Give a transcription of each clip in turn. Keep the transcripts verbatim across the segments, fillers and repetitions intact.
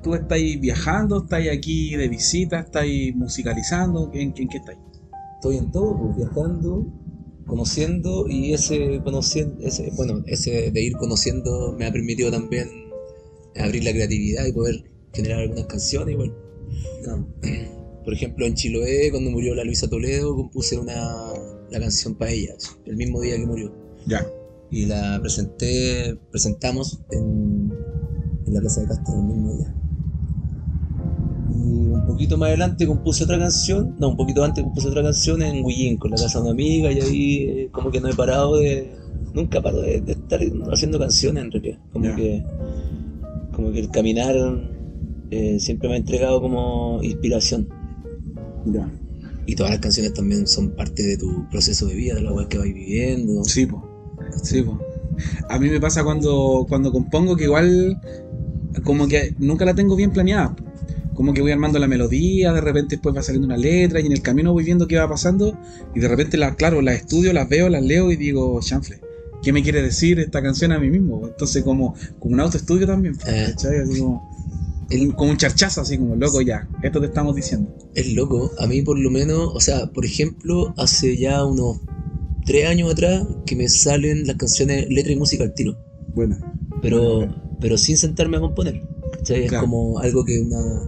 ¿Tú estáis viajando? ¿Estáis aquí de visita? ¿Estáis musicalizando? ¿En, en qué estáis? Estoy en todo, pues, viajando, conociendo, y ese conociendo, ese, bueno, ese de ir conociendo me ha permitido también abrir la creatividad y poder generar algunas canciones igual. Claro. Por ejemplo, en Chiloé, cuando murió la Luisa Toledo, compuse una, la canción para ella, el mismo día que murió. Ya. Y la presenté, presentamos en, en la Plaza de Castro el mismo día. Y un poquito más adelante compuse otra canción, no, un poquito antes compuse otra canción en Huillín, con la casa de una amiga, y ahí eh, como que no he parado de, nunca paro de, de estar haciendo canciones en realidad. Como Ya. que, como que el caminar eh, siempre me ha entregado como inspiración. Ya. Y todas las canciones también son parte de tu proceso de vida, de la weá que vais viviendo. Sí, po. Sí, po. A mí me pasa cuando, cuando compongo que igual como que nunca la tengo bien planeada. Como que voy armando la melodía, de repente después va saliendo una letra y en el camino voy viendo qué va pasando y de repente, la, claro, las estudio, las veo, las leo y digo, chanfle, ¿qué me quiere decir esta canción a mí mismo? Entonces como, como un autoestudio también, Eh. ¿cachai? Así como, el, como un charchazo, así como, loco, ya, esto te estamos diciendo. Es loco, a mí por lo menos, o sea, por ejemplo, hace ya unos tres años atrás que me salen las canciones, letra y música al tiro. Bueno. Pero, bueno, bueno. pero sin sentarme a componer. ¿Cachai? Claro. Es como algo que una...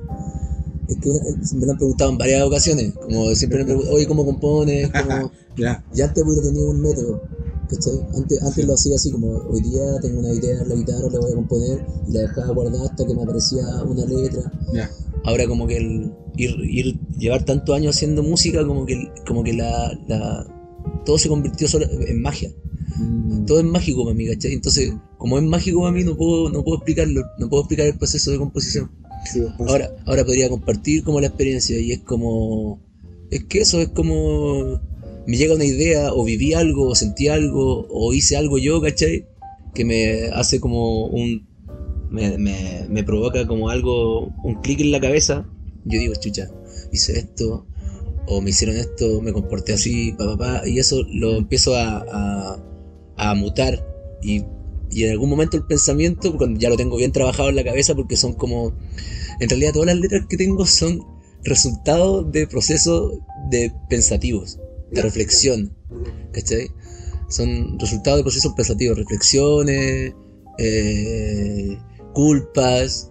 Es que una, me lo han preguntado en varias ocasiones. Como siempre me preguntan, oye, ¿cómo compones? Como, ya. ya antes hubiera tenido un método. ¿Cachai? Antes, antes sí. Lo hacía así como, hoy día tengo una idea de la guitarra, la voy a componer, y la dejaba guardada hasta que me aparecía una letra. Ya. Ahora como que el ir, ir llevar tantos años haciendo música, como que, como que la, la todo se convirtió solo en magia. Mm. Todo es mágico para mí, ¿cachai? Entonces, como es mágico para mí, no puedo, no puedo explicarlo, no puedo explicar el proceso de composición. Sí, ahora, ahora podría compartir como la experiencia, y es como, es que eso es como, me llega una idea, o viví algo, o sentí algo, o hice algo yo, ¿cachai? Que me hace como un, me, me, me provoca como algo, un clic en la cabeza. Yo digo, chucha, hice esto, o me hicieron esto, me comporté así, pa, pa, pa, y eso lo empiezo a, a, a mutar, y, y en algún momento el pensamiento, cuando ya lo tengo bien trabajado en la cabeza, porque son como, en realidad todas las letras que tengo son resultado de procesos de pensativos, de reflexión, ¿cachai? Son resultados de procesos pensativos, reflexiones, eh, culpas,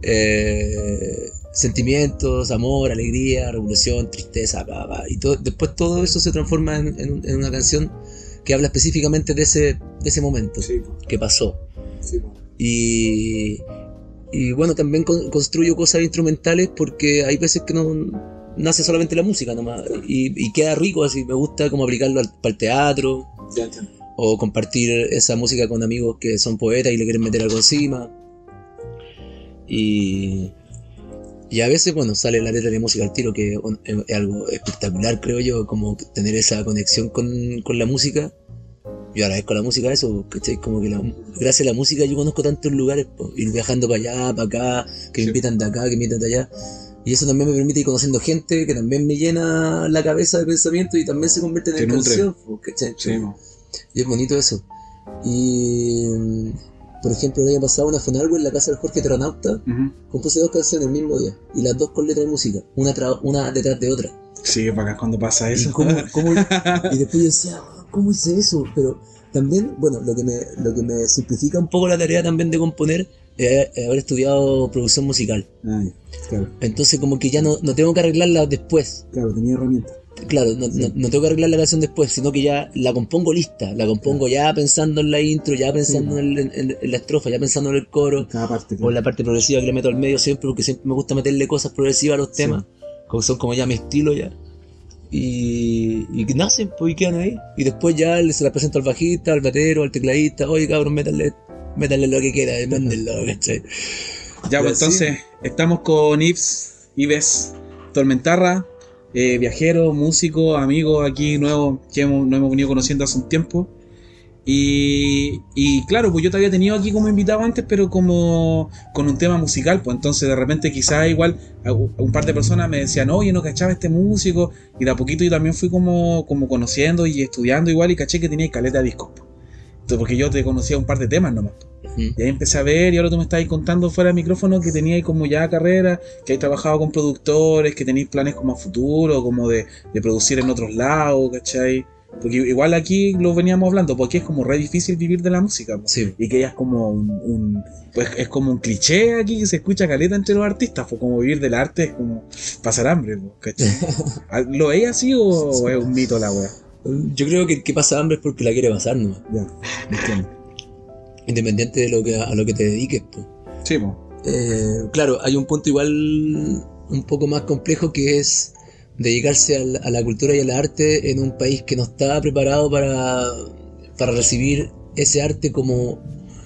eh, sentimientos, amor, alegría, revolución, tristeza, bla, bla, y todo, después todo eso se transforma en, en, en una canción que habla específicamente de ese, de ese momento, sí, que pasó. Sí, y, y bueno, también con, construyo cosas instrumentales, porque hay veces que no nace solamente la música nomás, y, y queda rico así. Me gusta como aplicarlo al, para el teatro, ya, ya. O compartir esa música con amigos que son poetas y le quieren meter algo encima. Y... Y a veces, bueno, sale la letra de música al tiro, que es algo espectacular, creo yo, como tener esa conexión con, con la música. Yo agradezco a la música eso, ¿cachai? Como que la, gracias a la música yo conozco tantos lugares, po, ir viajando para allá, para acá, que me invitan de acá, que me invitan de allá. Y eso también me permite ir conociendo gente, que también me llena la cabeza de pensamiento y también se convierte en canción, ¿cachai? Sí, y es bonito eso. Y... por ejemplo, el año pasado, una Fonalgo en la casa del Jorge Terranauta, uh-huh. compuse dos canciones el mismo día, y las dos con letra de música, una, tra- una detrás de otra. Sí, para acá cuando pasa eso. ¿Y, cómo, cómo, y después yo decía, ¿cómo hice eso? Pero también, bueno, lo que me, lo que me simplifica un poco la tarea también de componer es haber estudiado producción musical. Ah, claro. Entonces como que ya no, no tengo que arreglarla después. Claro, tenía herramientas. Claro, no, sí. no, no tengo que arreglar la canción después, sino que ya la compongo lista, la compongo claro. ya pensando en la intro, ya pensando sí. en, en, en la estrofa, ya pensando en el coro, cada parte, claro. o en la parte progresiva que le meto al medio siempre, porque siempre me gusta meterle cosas progresivas a los temas, sí. como son como ya mi estilo ya, y, y nacen, pues, y quedan ahí, y después ya se la presento al bajista, al batero, al tecladista, oye cabrón, métanle, métanle lo que quiera, mándenlo, ¿cachai? Ya, pues entonces, sí. estamos con Yves, Yves Tormentarra. Eh, viajero, músico, amigo aquí nuevo que hemos, nos hemos venido conociendo hace un tiempo. Y, y claro, pues yo te había tenido aquí como invitado antes, pero como con un tema musical, pues entonces de repente quizás igual un par de personas me decían, oye, no cachaba este músico, y de a poquito yo también fui como, como conociendo y estudiando igual, y caché que tenía caleta de discos, pues. Entonces, porque yo te conocía un par de temas nomás. Mm. Y ahí empecé a ver, y ahora tú me estás contando fuera del micrófono que teníais como ya carrera, que hay trabajado con productores, que tenéis planes como a futuro, como de, de producir en otros lados, ¿cachai? Porque igual aquí lo veníamos hablando, porque es como re difícil vivir de la música. Sí. Y que ya es como un, un pues es como un cliché aquí que se escucha caleta entre los artistas, pues como vivir del arte es como pasar hambre, pues, ¿cachai? ¿Lo veis así o, o es un mito la wea? Yo creo que el que pasa hambre es porque la quiere pasar, ¿no? Ya, entiendo. Independiente de lo que a lo que te dediques, pues. Sí, pues. Eh, claro, hay un punto igual un poco más complejo que es dedicarse a la, a la cultura y al arte en un país que no está preparado para, para recibir ese arte como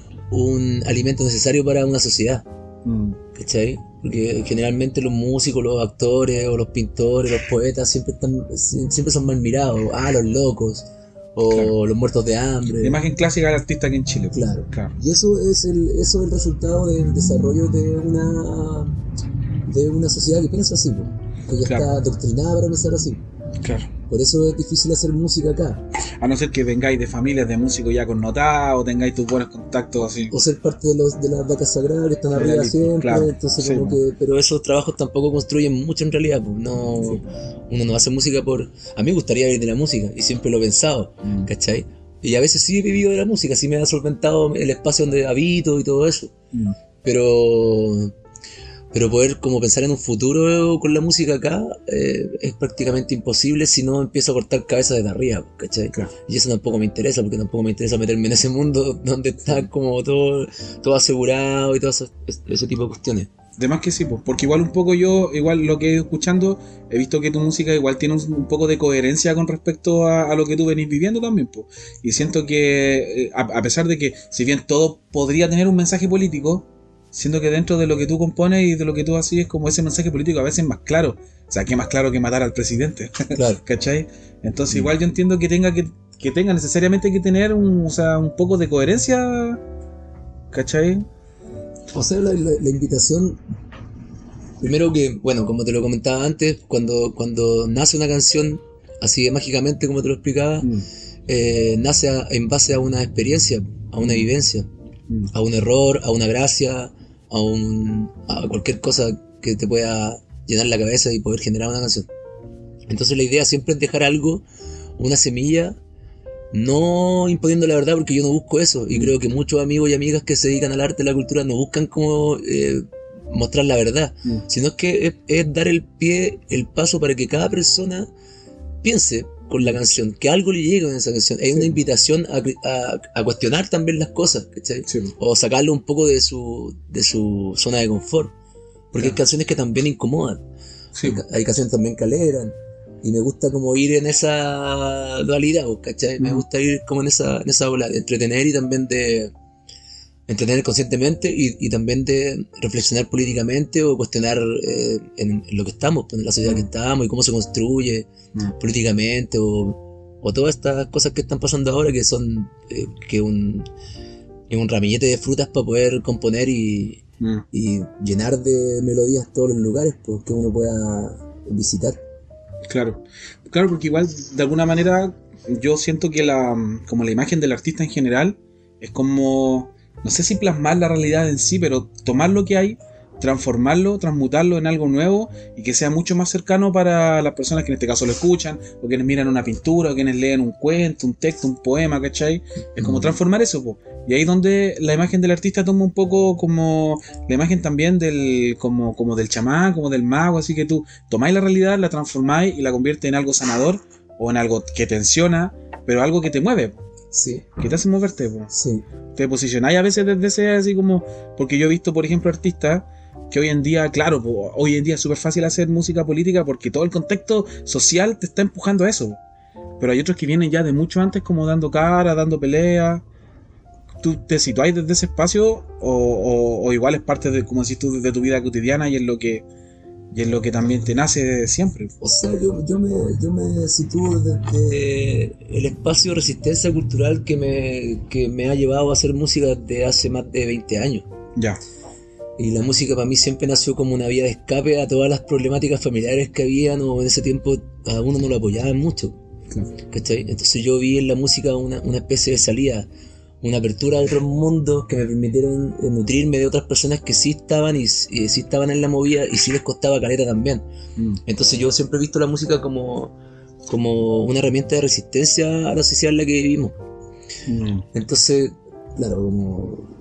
un alimento necesario para una sociedad. Mm. ¿Cachai? Porque generalmente los músicos, los actores o los pintores, los poetas siempre están siempre son mal mirados. Ah, los locos. O claro. Los muertos de hambre. La imagen clásica del artista aquí en Chile. Claro. claro. Y eso es el eso es el resultado del desarrollo de una de una sociedad que piensa así, pues. Que ya claro. está adoctrinada para pensar así. Claro. Por eso es difícil hacer música acá. A no ser que vengáis de familias de músicos ya connotados, o tengáis tus buenos contactos así. O ser parte de los de las vacas sagradas que están arriba siempre. Claro. Entonces sí, como que, pero esos trabajos tampoco construyen mucho en realidad. Pues no, sí. Uno no hace música por. A mí me gustaría vivir de la música y siempre lo he pensado, mm. ¿cachai? Y a veces sí he vivido de la música, sí me ha solventado el espacio donde habito y todo eso. Mm. Pero. Pero poder como pensar en un futuro con la música acá eh, es prácticamente imposible si no empiezo a cortar cabezas desde arriba, ¿cachai? Claro. Y eso tampoco me interesa, porque tampoco me interesa meterme en ese mundo donde está como todo, todo asegurado y todo ese, ese tipo de cuestiones. De más que sí, pues, porque igual un poco yo, igual lo que he ido escuchando, he visto que tu música igual tiene un, un poco de coherencia con respecto a, a lo que tú venís viviendo también, pues. Y siento que, a, a pesar de que, si bien todo podría tener un mensaje político, siento que dentro de lo que tú compones y de lo que tú haces es como ese mensaje político a veces más claro. O sea, que más claro que matar al presidente. Claro. ¿Cachai? Entonces, mm. igual yo entiendo que tenga que, que tenga necesariamente que tener un, o sea, un poco de coherencia. ¿Cachai? O sea, la, la, la invitación. Primero que, bueno, como te lo comentaba antes, cuando, cuando nace una canción, así de mágicamente como te lo explicaba, mm. eh, nace a, en base a una experiencia, a una vivencia. A un error, a una gracia, a, un, a cualquier cosa que te pueda llenar la cabeza y poder generar una canción. Entonces la idea siempre es dejar algo, una semilla, no imponiendo la verdad, porque yo no busco eso. Y creo que muchos amigos y amigas que se dedican al arte y la cultura no buscan como eh, mostrar la verdad, mm. sino que es, es dar el pie, el paso para que cada persona piense con la canción, que algo le llegue con esa canción. Es sí. una invitación a, a, a cuestionar también las cosas, ¿cachai? Sí. O sacarlo un poco de su, de su zona de confort. Porque claro. hay canciones que también incomodan. Sí. Hay, hay canciones también que alegran. Y me gusta como ir en esa dualidad, ¿cachai? Mm. Me gusta ir como en esa, en esa ola de entretener y también de entretener conscientemente y, y también de reflexionar políticamente o cuestionar eh, en, en lo que estamos, en la sociedad mm. que estamos y cómo se construye mm. políticamente o, o todas estas cosas que están pasando ahora que son eh, que un, un ramillete de frutas para poder componer y, mm. y llenar de melodías todos los lugares pues, que uno pueda visitar. Claro, claro, porque igual de alguna manera yo siento que la como la imagen del artista en general es como, no sé si plasmar la realidad en sí, pero tomar lo que hay, transformarlo, transmutarlo en algo nuevo y que sea mucho más cercano para las personas que en este caso lo escuchan, o quienes miran una pintura, o quienes leen un cuento, un texto, un poema, ¿cachai? Es como transformar eso, po. Y ahí donde la imagen del artista toma un poco como la imagen también del como, como del chamán, como del mago, así que tú tomáis la realidad, la transformáis y la conviertes en algo sanador o en algo que tensiona, pero algo que te mueve. Sí. Que te hace moverte, po. Sí. Te posicionáis a veces desde ese así como, porque yo he visto, por ejemplo, artistas que hoy en día, claro, po, hoy en día es súper fácil hacer música política porque todo el contexto social te está empujando a eso. Pero hay otros que vienen ya de mucho antes como dando cara, dando pelea. ¿Tú te situáis desde ese espacio o, o, o igual es parte de, como decís tú, de tu vida cotidiana y es lo que y es lo que también te nace siempre? O sea, yo, yo, me, yo me sitúo desde el espacio de resistencia cultural que me, que me ha llevado a hacer música desde hace más de veinte años. Ya. Y la música para mí siempre nació como una vía de escape a todas las problemáticas familiares que habían, o en ese tiempo a uno no lo apoyaban mucho. Claro. ¿Cachai? Entonces yo vi en la música una, una especie de salida, una apertura a otros mundos que me permitieron eh, nutrirme de otras personas que sí estaban y, y sí estaban en la movida y sí les costaba caleta también. Mm. Entonces yo siempre he visto la música como, como una herramienta de resistencia a la sociedad en la que vivimos. Mm. Entonces, claro, como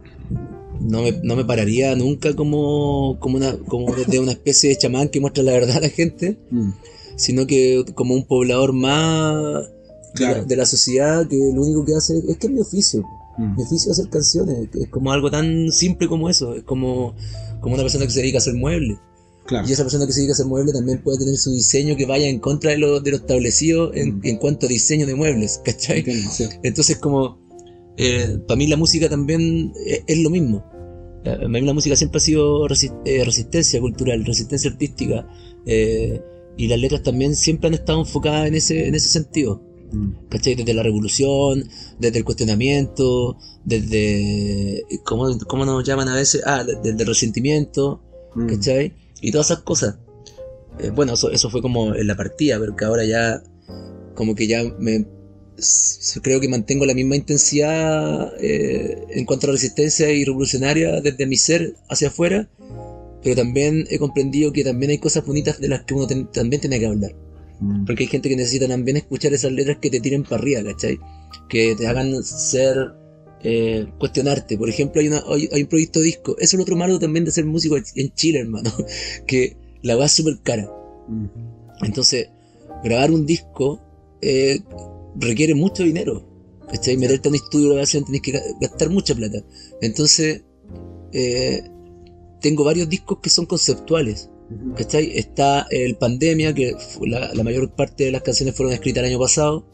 no me, no me pararía nunca como, como, una, como desde una especie de chamán que muestra la verdad a la gente, mm. sino que como un poblador más claro. de, la, de la sociedad, que lo único que hace es que es mi oficio. Mm. Mi oficio es hacer canciones, es como algo tan simple como eso, es como, como una persona que se dedica a hacer muebles. Claro. Y esa persona que se dedica a hacer muebles también puede tener su diseño que vaya en contra de lo, de lo establecido en, mm. en cuanto a diseño de muebles, ¿cachai? Entiendo, sí. Entonces como, eh, para mí la música también es, es lo mismo. Para mí la música siempre ha sido resist, eh, resistencia cultural, resistencia artística, eh, y las letras también siempre han estado enfocadas en ese, en ese sentido. Mm. ¿Cachai? Desde la revolución, desde el cuestionamiento, desde, ¿cómo, cómo nos llaman a veces? Ah, desde el resentimiento, mm. ¿cachai? Y todas esas cosas. Eh, bueno, eso, eso fue como en la partida, pero que ahora ya, como que ya me, creo que mantengo la misma intensidad eh, en cuanto a resistencia y revolucionaria desde mi ser hacia afuera, pero también he comprendido que también hay cosas bonitas de las que uno ten, también tiene que hablar. Mm. Porque hay gente que necesita también escuchar esas letras que te tiren para arriba, ¿cachai? Que te hagan ser, eh, cuestionarte. Por ejemplo, hay, una, hay, hay un proyecto disco. Eso es lo otro malo también de ser músico en Chile, hermano. Que la va es súper cara. Mm. Entonces, grabar un disco eh, requiere mucho dinero, ¿cachai? Meterte a un estudio de grabación tenés que gastar mucha plata. Entonces, eh, tengo varios discos que son conceptuales. ¿Cachai? Está el Pandemia, que la, la mayor parte de las canciones fueron escritas el año pasado.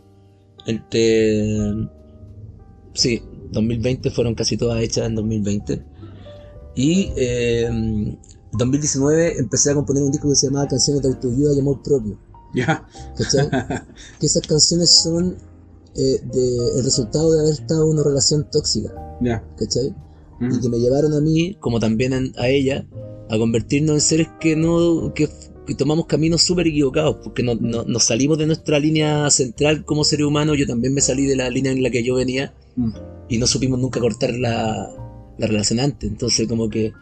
Entre... Sí, dos mil veinte fueron casi todas hechas en dos mil veinte. Y eh, en dos mil diecinueve empecé a componer un disco que se llamaba Canciones de Autoayuda y Amor Propio. Ya. ¿Cachai? Que esas canciones son eh, de, el resultado de haber estado en una relación tóxica. Ya. ¿Cachai? Mm. Y que me llevaron a mí, como también a, a ella, a convertirnos en seres que no que, que tomamos caminos súper equivocados, porque no, no, nos salimos de nuestra línea central como seres humanos. Yo también me salí de la línea en la que yo venía mm. y no supimos nunca cortar la, la relación antes. Entonces como que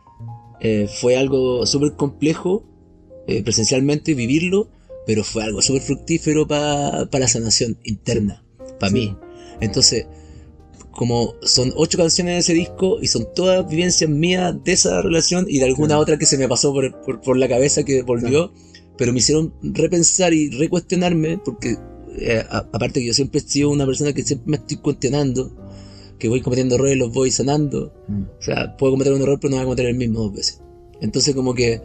eh, fue algo súper complejo eh, presencialmente vivirlo, pero fue algo súper fructífero para pa la sanación interna, para sí. mí. Entonces, como son ocho canciones de ese disco y son todas vivencias mías de esa relación y de alguna claro. otra que se me pasó por, por, por la cabeza que volvió, claro. pero me hicieron repensar y recuestionarme, porque eh, a, aparte que yo siempre he sido una persona que siempre me estoy cuestionando, que voy cometiendo errores y los voy sanando. Mm. O sea, puedo cometer un error pero no voy a cometer el mismo dos veces. Entonces como que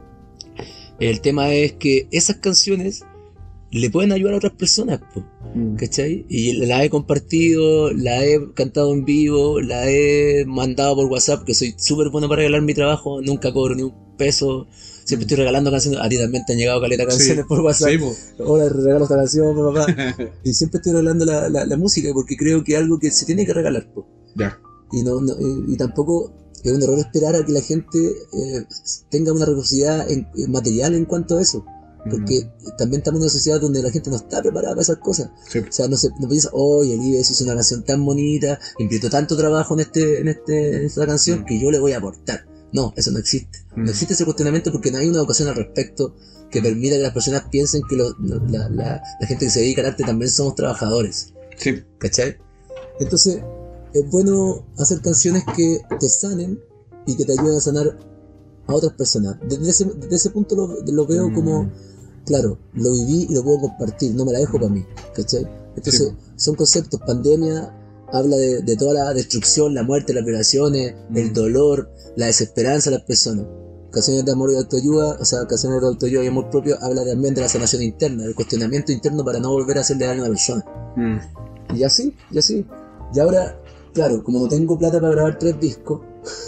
el tema es que esas canciones le pueden ayudar a otras personas, po, mm. ¿cachai? Y la he compartido, la he cantado en vivo, la he mandado por WhatsApp, que soy súper bueno para regalar mi trabajo, nunca cobro ni un peso, siempre mm. estoy regalando canciones. A ti también te han llegado caleta canciones sí. por WhatsApp. Sí, hola, regalo esta canción, papá. Y siempre estoy regalando la, la, la música, porque creo que es algo que se tiene que regalar, po. Ya. Y, no, no, y, y tampoco es un error esperar a que la gente eh, tenga una rigurosidad en, en material en cuanto a eso. Porque mm. también estamos en una sociedad donde la gente no está preparada para esas cosas. Sí. O sea, no se no piensa, oye, el Ives hizo una canción tan bonita, invirtió tanto trabajo en este en este en esta canción mm. que yo le voy a aportar. No, eso no existe. Mm. No existe ese cuestionamiento porque no hay una educación al respecto que permita que las personas piensen que lo, la, la, la gente que se dedica al arte también somos trabajadores. Sí. ¿Cachai? Entonces, es bueno hacer canciones que te sanen y que te ayuden a sanar a otras personas. Desde ese, desde ese punto lo, lo veo mm. como... Claro, lo viví y lo puedo compartir, no me la dejo para mí, ¿cachai? Entonces, sí. son conceptos. Pandemia habla de, de toda la destrucción, la muerte, las violaciones, mm. el dolor, la desesperanza de las personas. Canciones de amor y autoayuda, o sea, canciones de autoayuda y amor propio, habla también de la sanación interna, del cuestionamiento interno para no volver a hacerle daño a una persona. Mm. Y así, y así. Y ahora, claro, como no tengo plata para grabar tres discos,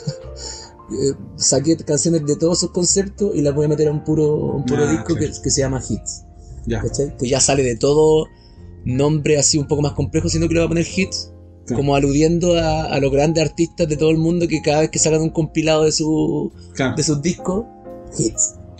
Eh, saqué canciones de todos esos conceptos y las voy a meter a un puro, un puro ah, disco que, que se llama Hits, ya. ¿Cachai? Que ya sale de todo nombre así un poco más complejo, sino que le voy a poner Hits, claro. como aludiendo a, a los grandes artistas de todo el mundo que cada vez que sacan un compilado de, su, claro. de sus discos, Hits.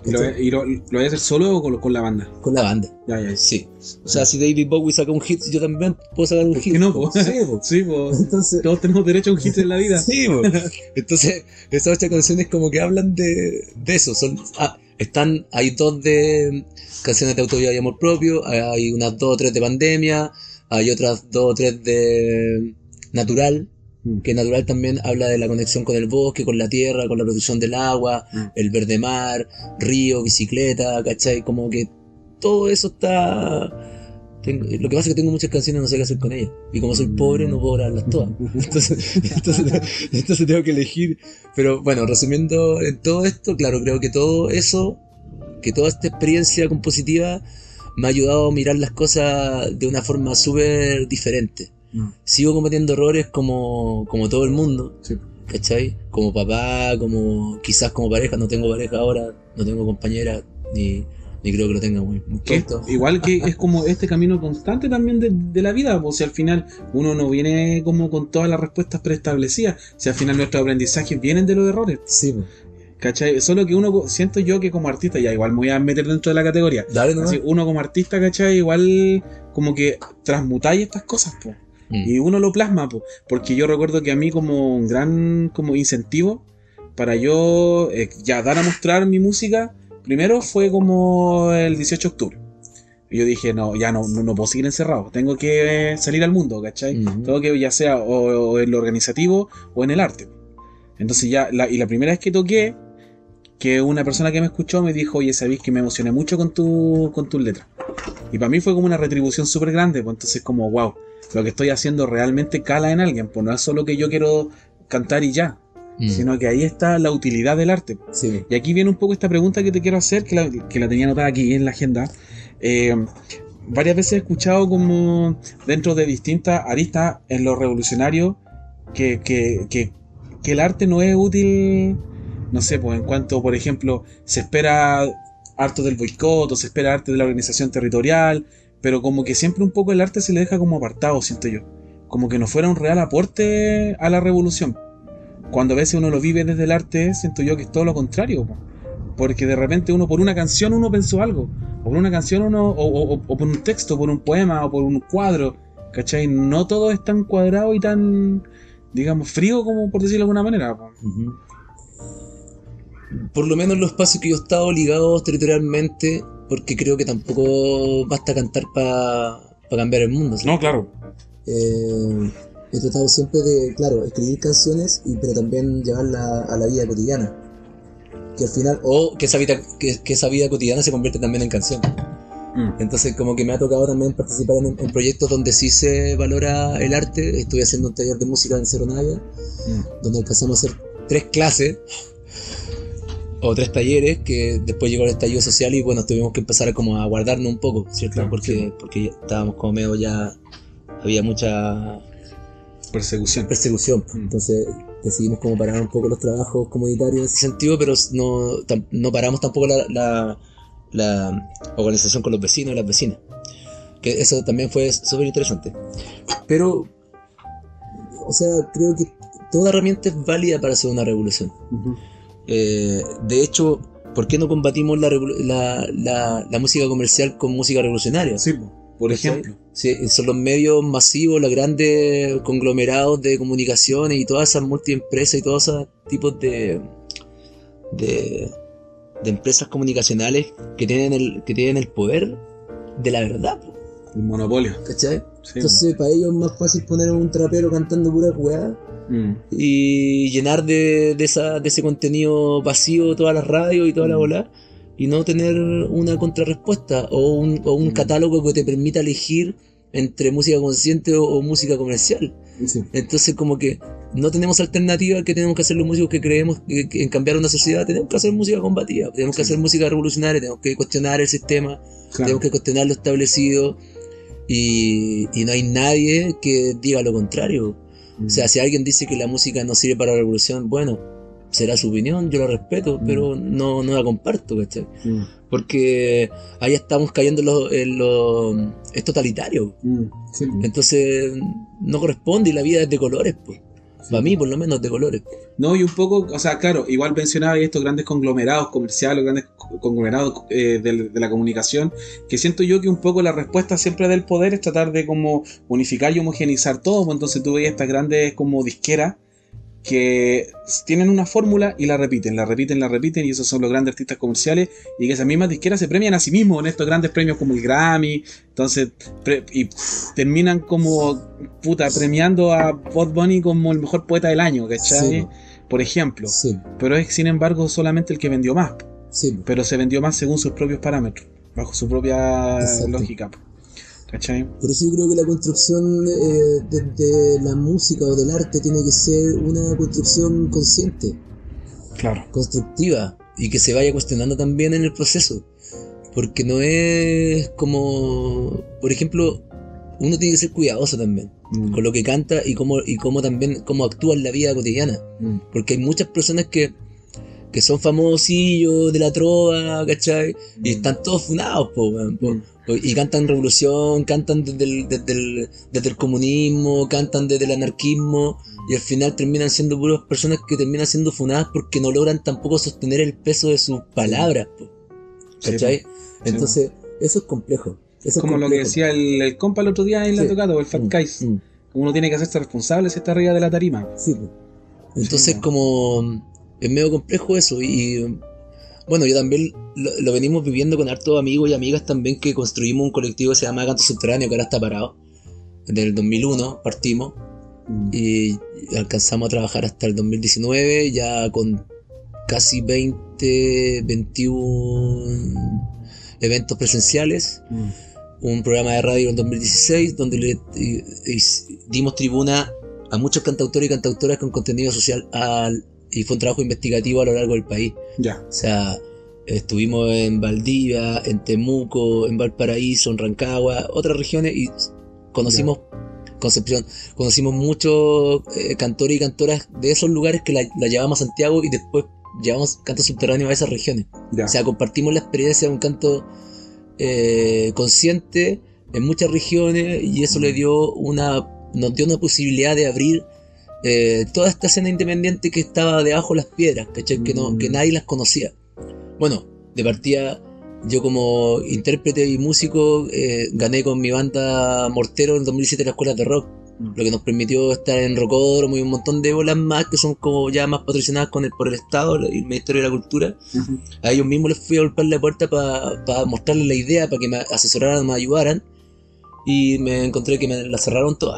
¿Y, lo, y lo, lo voy a hacer solo o con, con la banda? Con la banda. Ya, ya, ya. Sí. O sea, si David Bowie saca un hit, yo también puedo sacar un ¿Por hit. qué no, po? Sí, po. Sí, po. Entonces, todos tenemos derecho a un hit en la vida. Sí, po. Entonces, esas ocho canciones como que hablan de, de eso. Son, ah, están, hay dos de canciones de autoayuda y amor propio, hay unas dos o tres de pandemia, hay otras dos o tres de natural, mm. que natural también habla de la conexión con el bosque, con la tierra, con la protección del agua, mm. el verde mar, río, bicicleta, ¿cachai? Como que todo eso está... Tengo, lo que pasa es que tengo muchas canciones y no sé qué hacer con ellas. Y como soy pobre, no puedo grabarlas todas. Entonces, entonces, entonces tengo que elegir. Pero bueno, resumiendo en todo esto, claro, creo que todo eso, que toda esta experiencia compositiva me ha ayudado a mirar las cosas de una forma súper diferente. Mm. Sigo cometiendo errores como, como todo el mundo, sí. ¿Cachai? Como papá, como quizás como pareja. No tengo pareja ahora, no tengo compañera, ni... y creo que lo tenga muy, muy pronto. Igual que es como este camino constante también de, de la vida, pues si al final uno no viene como con todas las respuestas preestablecidas, si al final nuestros aprendizajes vienen de los errores. Sí, pues. ¿Cachai? Solo que uno, siento yo que como artista, ya igual me voy a meter dentro de la categoría. Dale, no. Así, uno como artista, ¿cachai? Igual como que transmutáis estas cosas, pues. Mm. Y uno lo plasma, pues. Porque yo recuerdo que a mí como un gran como incentivo para yo eh, ya dar a mostrar mi música, primero fue como el dieciocho de octubre. Y yo dije, no, ya no, no, no puedo seguir encerrado. Tengo que salir al mundo, ¿cachai? Uh-huh. Tengo que, ya sea o, o en lo organizativo o en el arte. Entonces ya, la, y la primera vez que toqué, que una persona que me escuchó me dijo, oye, sabéis que me emocioné mucho con tu, con tus letras. Y para mí fue como una retribución súper grande, pues entonces como, wow, lo que estoy haciendo realmente cala en alguien, pues no es solo que yo quiero cantar y ya. Mm. Sino que ahí está la utilidad del arte. Sí. Y aquí viene un poco esta pregunta que te quiero hacer, que la, que la tenía anotada aquí en la agenda. Eh, varias veces he escuchado como dentro de distintas aristas en lo revolucionario que, que, que, que el arte no es útil, no sé, pues en cuanto, por ejemplo, se espera harto del boicot o se espera arte de la organización territorial, pero como que siempre un poco el arte se le deja como apartado, siento yo. Como que no fuera un real aporte a la revolución. Cuando a veces uno lo vive desde el arte, siento yo que es todo lo contrario, porque de repente uno por una canción uno pensó algo, o por una canción uno, o, o, o por un texto, por un poema, o por un cuadro, ¿cachai? No todo es tan cuadrado y tan, digamos, frío como por decirlo de alguna manera. Uh-huh. Por lo menos en los espacios que yo he estado ligados territorialmente, porque creo que tampoco basta cantar para pa cambiar el mundo, ¿sí? No, claro. Eh... He tratado siempre de, claro, escribir canciones, y, pero también llevarla a la vida cotidiana. Que al final, o que esa vida, que, que esa vida cotidiana se convierte también en canción. Mm. Entonces como que me ha tocado también participar en, en proyectos donde sí se valora el arte. Estoy haciendo un taller de música en Cerro Navia, mm. donde alcanzamos a hacer tres clases, o tres talleres, que después llegó el estallido social y bueno, tuvimos que empezar a, como a guardarnos un poco, ¿cierto? Claro, porque, sí. porque estábamos como medio ya, había mucha... Persecución. Persecución. Entonces decidimos como parar un poco los trabajos comunitarios en ese sentido, pero no, tam, no paramos tampoco la, la, la organización con los vecinos y las vecinas. Que eso también fue súper interesante. Pero, o sea, creo que toda herramienta es válida para hacer una revolución. Uh-huh. Eh, de hecho, ¿por qué no combatimos la, la, la, la música comercial con música revolucionaria? Sí, por ejemplo. Sí, son los medios masivos, los grandes conglomerados de comunicaciones y todas esas multiempresas y todos esos tipos de, de, de empresas comunicacionales que tienen el, que tienen el poder de la verdad. El monopolio. ¿Cachai? Sí, entonces man. Para ellos es más fácil poner un trapero cantando pura weá mm. y llenar de, de, esa, de ese contenido vacío todas las radios y toda mm. la bola, y no tener una contrarrespuesta o un, o un mm. catálogo que te permita elegir entre música consciente o, o música comercial. Sí. Entonces como que no tenemos alternativa, que tenemos que hacer los músicos que creemos que, que en cambiar una sociedad. Tenemos que hacer música combativa, tenemos sí. que hacer música revolucionaria, tenemos que cuestionar el sistema, claro. tenemos que cuestionar lo establecido, y, y no hay nadie que diga lo contrario. Mm. O sea, si alguien dice que la música no sirve para la revolución, bueno, será su opinión, yo la respeto, mm. pero no, no la comparto, ¿cachai? Mm. Porque ahí estamos cayendo en lo, en lo es totalitario. Mm. Sí. Entonces no corresponde, y la vida es de colores, pues. Sí. Para mí, por lo menos, de colores. No, y un poco, o sea, claro, igual mencionaba estos grandes conglomerados comerciales, grandes conglomerados eh, de, de la comunicación, que siento yo que un poco la respuesta siempre del poder es tratar de como unificar y homogeneizar todo, pues entonces tú veías estas grandes como disqueras que tienen una fórmula y la repiten, la repiten, la repiten, y esos son los grandes artistas comerciales, y que esas mismas disqueras se premian a sí mismos en estos grandes premios como el Grammy, entonces, pre- y terminan como, puta, premiando a Bad Bunny como el mejor poeta del año, ¿cachai? Sí. Por ejemplo, sí. Pero es sin embargo solamente el que vendió más, sí. Pero se vendió más según sus propios parámetros, bajo su propia Exacto. lógica. ¿Cachai? Por eso yo creo que la construcción eh, de, de la música o del arte tiene que ser una construcción consciente, claro, constructiva, y que se vaya cuestionando también en el proceso, porque no es como, por ejemplo, uno tiene que ser cuidadoso también mm. con lo que canta y cómo, y cómo también cómo actúa en la vida cotidiana, mm. porque hay muchas personas que que son famosillos de la trova, ¿cachai? Mm. Y están todos funados, po, man, po. Mm. Y cantan revolución, cantan desde el, desde, el, desde el comunismo, cantan desde el anarquismo, y al final terminan siendo puras personas que terminan siendo funadas porque no logran tampoco sostener el peso de sus palabras, po, ¿cachai? Sí, po. Entonces, sí, eso es complejo. Eso como es lo que decía el, el compa el otro día en la sí. tocada, o el Fat mm. Kais. Mm. Uno tiene que hacerse responsable si está arriba de la tarima. Sí, po. Entonces, sí, como es medio complejo eso, y bueno, yo también lo, lo venimos viviendo con hartos amigos y amigas también, que construimos un colectivo que se llama Canto Subterráneo, que ahora está parado. Desde el dos mil uno partimos mm. y alcanzamos a trabajar hasta el dos mil diecinueve, ya con casi veinte, veintiún eventos presenciales, mm. un programa de radio en dos mil dieciséis donde le y, y, dimos tribuna a muchos cantautores y cantautoras con contenido social al y fue un trabajo investigativo a lo largo del país. Ya. O sea, estuvimos en Valdivia, en Temuco, en Valparaíso, en Rancagua, otras regiones, y conocimos ya. Concepción, conocimos muchos eh, cantores y cantoras de esos lugares que la, la llevamos a Santiago, y después llevamos canto subterráneo a esas regiones. Ya. O sea, compartimos la experiencia de un canto eh, consciente en muchas regiones, y eso mm. le dio una, nos dio una posibilidad de abrir Eh, toda esta escena independiente que estaba debajo de las piedras, ¿cachai? Que, no, que nadie las conocía. Bueno, de partida, yo como intérprete y músico eh, gané con mi banda Mortero en dos mil siete la escuela de rock, mm. lo que nos permitió estar en Rocódromo y un montón de bolas más que son como ya más patrocinadas con el, por el Estado y el Ministerio de la Cultura. Uh-huh. A ellos mismos les fui a golpear la puerta para pa mostrarles la idea, para que me asesoraran, me ayudaran, y me encontré que me la cerraron todas.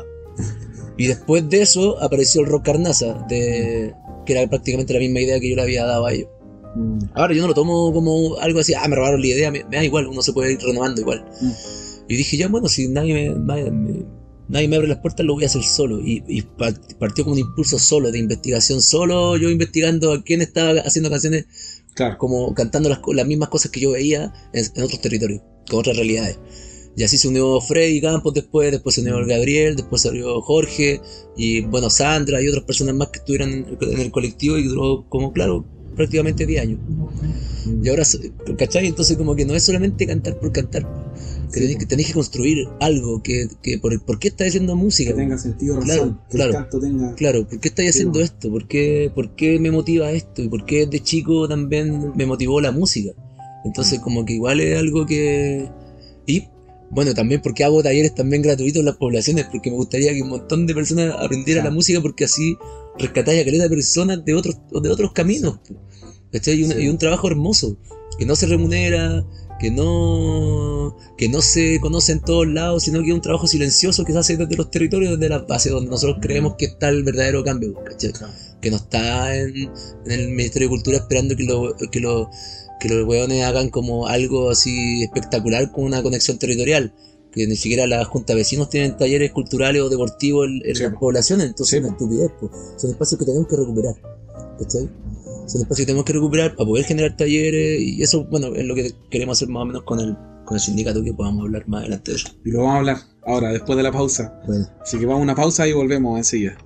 Y después de eso apareció el Rock Carnaza, de, que era prácticamente la misma idea que yo le había dado a ellos. Mm. Ahora yo no lo tomo como algo así, ah, me robaron la idea, me, me da igual, uno se puede ir renovando igual. Mm. Y dije, ya bueno, si nadie me, nadie, me, nadie me abre las puertas, lo voy a hacer solo. Y, y partió como un impulso solo, de investigación solo, yo investigando a quién estaba haciendo canciones, claro, como cantando las, las mismas cosas que yo veía en, en otros territorios, con otras realidades. Y así se unió Freddy Campos después, después se unió el Gabriel, después se unió Jorge, y bueno, Sandra y otras personas más que estuvieron en, en el colectivo, y duró como, claro, prácticamente diez años. Y ahora, ¿cachai? Entonces como que no es solamente cantar por cantar, que tenéis que, tenéis que construir algo, que, que por, ¿por qué estáis haciendo música? Que tenga sentido, claro, razón, que claro, el canto tenga... Claro, ¿por qué estáis haciendo esto? ¿Por qué, ¿Por qué me motiva esto? ¿Y por qué de chico también me motivó la música? Entonces como que igual es algo que... Y bueno, también porque hago talleres también gratuitos en las poblaciones, porque me gustaría que un montón de personas aprendieran claro. la música, porque así rescatáis a caleta de personas de otros, de otros caminos. ¿Cachai? Y, una, sí. y un trabajo hermoso, que no se remunera, que no que no se conoce en todos lados, sino que es un trabajo silencioso que se hace desde los territorios, desde las bases, donde nosotros creemos que está el verdadero cambio, ¿cachai? Claro. Que no está en, en el Ministerio de Cultura esperando que lo... Que lo que los hueones hagan como algo así espectacular con una conexión territorial, que ni siquiera las juntas de vecinos tienen talleres culturales o deportivos en, en sí, las poblaciones, entonces sí, es una estupidez, pues. Son espacios que tenemos que recuperar, ¿cachai? Son espacios que tenemos que recuperar para poder generar talleres, y eso, bueno, es lo que queremos hacer más o menos con el, con el sindicato, que podamos hablar más adelante de eso. Y lo vamos a hablar ahora, después de la pausa. Bueno. Así que vamos a una pausa y volvemos enseguida.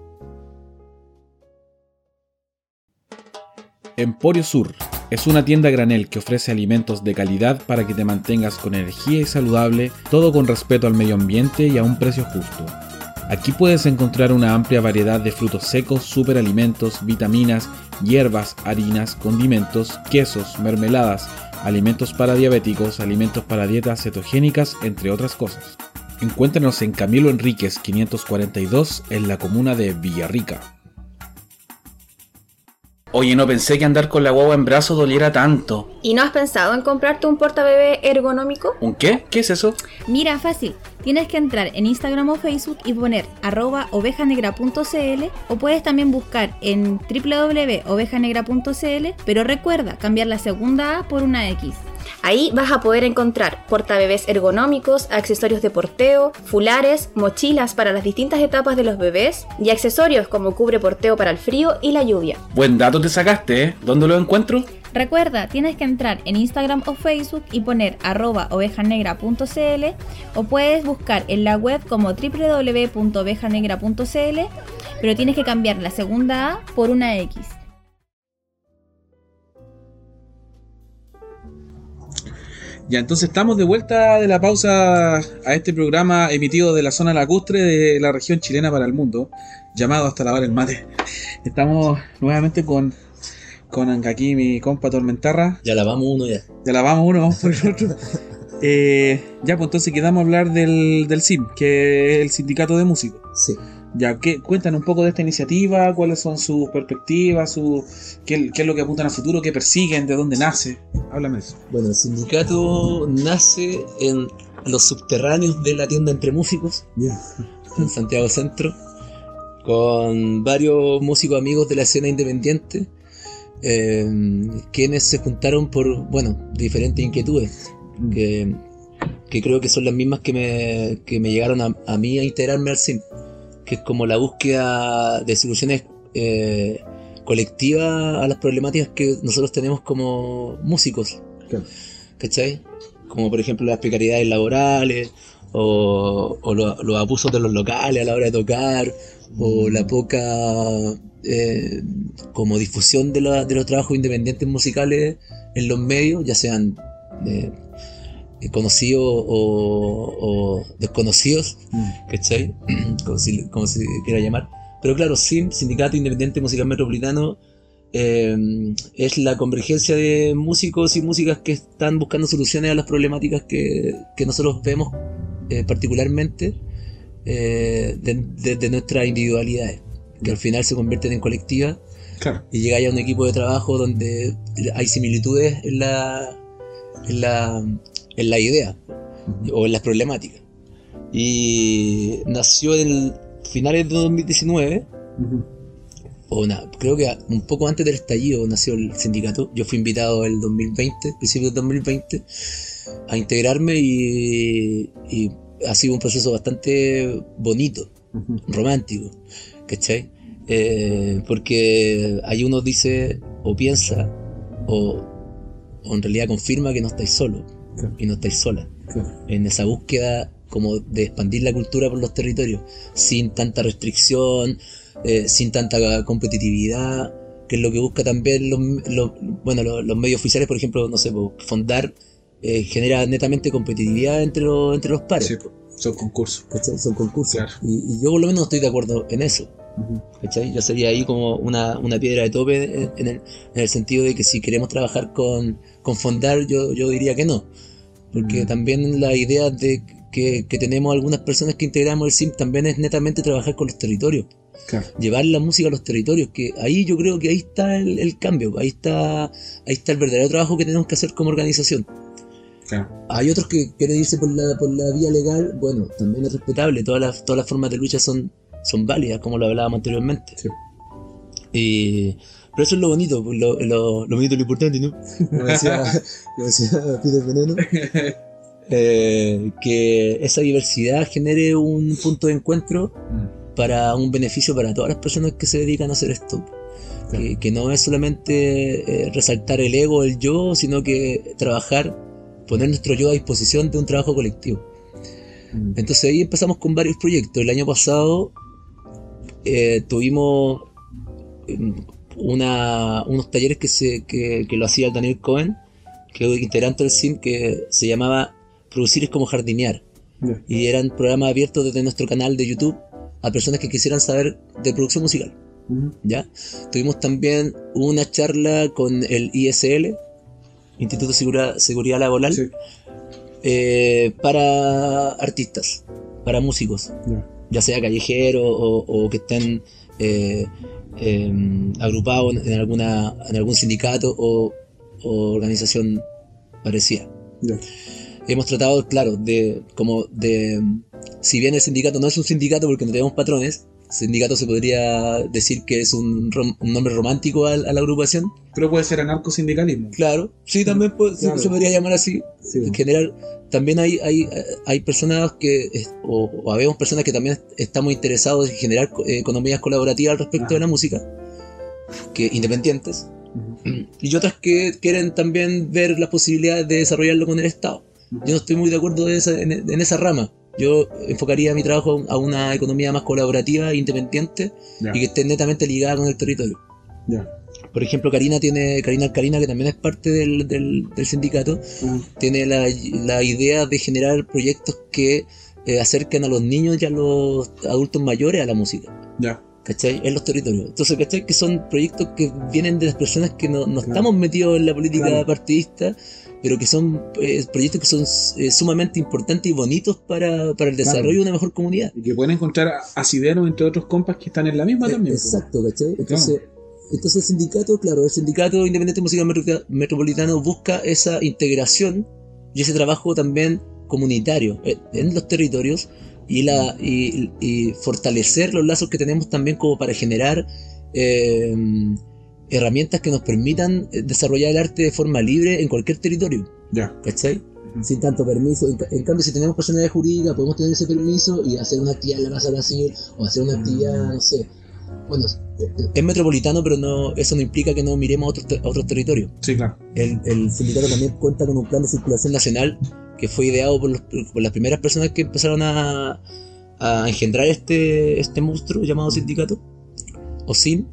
Emporio Sur es una tienda a granel que ofrece alimentos de calidad para que te mantengas con energía y saludable, todo con respeto al medio ambiente y a un precio justo. Aquí puedes encontrar una amplia variedad de frutos secos, superalimentos, vitaminas, hierbas, harinas, condimentos, quesos, mermeladas, alimentos para diabéticos, alimentos para dietas cetogénicas, entre otras cosas. Encuéntranos en Camilo Enríquez quinientos cuarenta y dos en la comuna de Villarrica. Oye, no pensé que andar con la guagua en brazos doliera tanto. ¿Y no has pensado en comprarte un portabebé ergonómico? ¿Un qué? ¿Qué es eso? Mira, fácil. Tienes que entrar en Instagram o Facebook y poner arroba ovejanegra punto cl, o puedes también buscar en doble u doble u doble u punto ovejanegra punto cl, pero recuerda cambiar la segunda A por una X. Ahí vas a poder encontrar portabebés ergonómicos, accesorios de porteo, fulares, mochilas para las distintas etapas de los bebés y accesorios como cubre porteo para el frío y la lluvia. Buen dato te sacaste, ¿eh? ¿Dónde lo encuentro? Recuerda, tienes que entrar en Instagram o Facebook y poner arroba ovejanegra punto cl, o puedes buscar en la web como doble u doble u doble u punto ovejanegra punto cl, pero tienes que cambiar la segunda A por una X. Ya, entonces estamos de vuelta de la pausa a este programa emitido de la zona lacustre de la región chilena para el mundo, llamado Hasta lavar el mate. Estamos nuevamente con, con aquí mi compa Tormentarra. Ya lavamos uno ya. Ya lavamos uno, vamos por el otro. eh, ya, pues entonces quedamos a hablar del, del S I M, que es el Sindicato de Músicos. Sí. Ya, ¿qué, cuéntanos un poco de esta iniciativa, cuáles son sus perspectivas, su, qué, qué es lo que apuntan a futuro, qué persiguen, de dónde nace. Háblame de eso. Bueno, el sindicato nace en los subterráneos de la tienda Entre Músicos, yeah. en Santiago Centro, con varios músicos amigos de la escena independiente, eh, quienes se juntaron por, bueno, diferentes inquietudes, mm. que, que creo que son las mismas que me, que me llegaron a, a mí a integrarme al S I M, que es como la búsqueda de soluciones eh, colectivas a las problemáticas que nosotros tenemos como músicos, claro. ¿Cachai? Como por ejemplo las precariedades laborales, o, o lo, los abusos de los locales a la hora de tocar, mm. o la poca eh, como difusión de, la, de los trabajos independientes musicales en los medios, ya sean eh, conocidos o, o desconocidos, mm. ¿cachai? como, si, como se quiera llamar. Pero claro, S I M, Sindicato Independiente Musical Metropolitano, eh, es la convergencia de músicos y músicas que están buscando soluciones a las problemáticas que, que nosotros vemos eh, particularmente eh, desde de, de nuestras individualidades, que al final se convierten en colectivas, claro. Y llega a un equipo de trabajo donde hay similitudes en la, en la, en la idea, uh-huh. o en las problemáticas. Y nació en finales de dos mil diecinueve, uh-huh. o nada, creo que un poco antes del estallido nació el sindicato. Yo fui invitado el dos mil veinte, principios del dos mil veinte, a integrarme, y, y ha sido un proceso bastante bonito, uh-huh. romántico, ¿cachai? Eh, porque ahí uno dice o piensa o, o en realidad confirma que no estáis solo, claro. y no estáis sola, claro. en esa búsqueda como de expandir la cultura por los territorios, sin tanta restricción, eh, sin tanta competitividad, que es lo que busca también los, los, bueno, los, los medios oficiales. Por ejemplo, no sé, Fondar eh, genera netamente competitividad entre los, entre los pares. Sí, son concursos. ¿Cachai? Son concursos. Claro. Y, y yo por lo menos no estoy de acuerdo en eso. Uh-huh. ¿Cachai? Yo sería ahí como una, una piedra de tope en, en, el, en el sentido de que si queremos trabajar con, con Fondar, yo, yo diría que no. Porque uh-huh. también la idea de que, que tenemos algunas personas que integramos el S I M también es netamente trabajar con los territorios. Claro. Llevar la música a los territorios, que ahí yo creo que ahí está el, el cambio, ahí está, ahí está el verdadero trabajo que tenemos que hacer como organización. Claro. Hay otros que quieren irse por la, por la vía legal, bueno, también es respetable, todas las, todas las formas de lucha son, son válidas, como lo hablábamos anteriormente. Sí. Y, pero eso es lo bonito, lo, lo, lo bonito y lo importante, ¿no? Como decía, como decía Peter Veneno. Eh, que esa diversidad genere un punto de encuentro mm. para un beneficio para todas las personas que se dedican a hacer esto. Claro. Que, que no es solamente eh, resaltar el ego, el yo, sino que trabajar, poner nuestro yo a disposición de un trabajo colectivo. Mm. Entonces ahí empezamos con varios proyectos. El año pasado eh, tuvimos una, unos talleres que, se, que, que lo hacía Daniel Cohen, que es integrante del S I M, que se llamaba Producir es como jardinear. Yeah. Y eran programas abiertos desde nuestro canal de YouTube, a personas que quisieran saber de producción musical. Uh-huh. ¿Ya? Tuvimos también una charla con el I S L, Instituto de Segura, Seguridad Laboral, sí. eh, para artistas, para músicos, yeah. ya sea callejeros o, o que estén eh, eh, agrupados en, alguna, en algún sindicato o, o organización parecida. Yeah. Hemos tratado, claro, de como de, si bien el sindicato no es un sindicato porque no tenemos patrones, sindicato se podría decir que es un, rom, un nombre romántico a, a la agrupación. Pero puede ser anarcosindicalismo. Claro, sí, también puede, claro. se, se podría llamar así. Sí. En general, también hay, hay, hay personas que, o, o habemos personas que también estamos interesados en generar eh, economías colaborativas al respecto ah. de la música, que independientes, uh-huh. y otras que quieren también ver las posibilidades de desarrollarlo con el Estado. Uh-huh. Yo no estoy muy de acuerdo de esa, en, en esa rama. Yo enfocaría mi trabajo a una economía más colaborativa, independiente, yeah. y que esté netamente ligada con el territorio. Yeah. Por ejemplo, Karina tiene Karina Alcarina, que también es parte del, del, del sindicato, uh-huh. tiene la, la idea de generar proyectos que eh, acerquen a los niños y a los adultos mayores a la música. Yeah. ¿Cachai? En los territorios. Entonces, ¿cachai? Que son proyectos que vienen de las personas que no, no claro. estamos metidos en la política claro. partidista, pero que son eh, proyectos que son eh, sumamente importantes y bonitos para, para el desarrollo claro. de una mejor comunidad. Y que pueden encontrar asideros entre otros compas que están en la misma eh, también. Exacto, ¿cachai? Entonces, claro. entonces el sindicato, claro, el Sindicato Independiente Musical Metropolitano busca esa integración y ese trabajo también comunitario eh, en los territorios y, la, y, y fortalecer los lazos que tenemos también como para generar eh, herramientas que nos permitan desarrollar el arte de forma libre en cualquier territorio. Ya. Yeah. ¿Cachai? Uh-huh. Sin tanto permiso. En, en cambio, si tenemos personalidad jurídica, podemos tener ese permiso y hacer una actividad en la Plaza Brasil o hacer una actividad, no sé. Bueno, es metropolitano, pero no, eso no implica que no miremos a otros, te, a otros territorios. Sí, claro. El, el sindicato también cuenta con un plan de circulación nacional que fue ideado por, los, por las primeras personas que empezaron a, a engendrar este, este monstruo llamado sindicato, o S I M,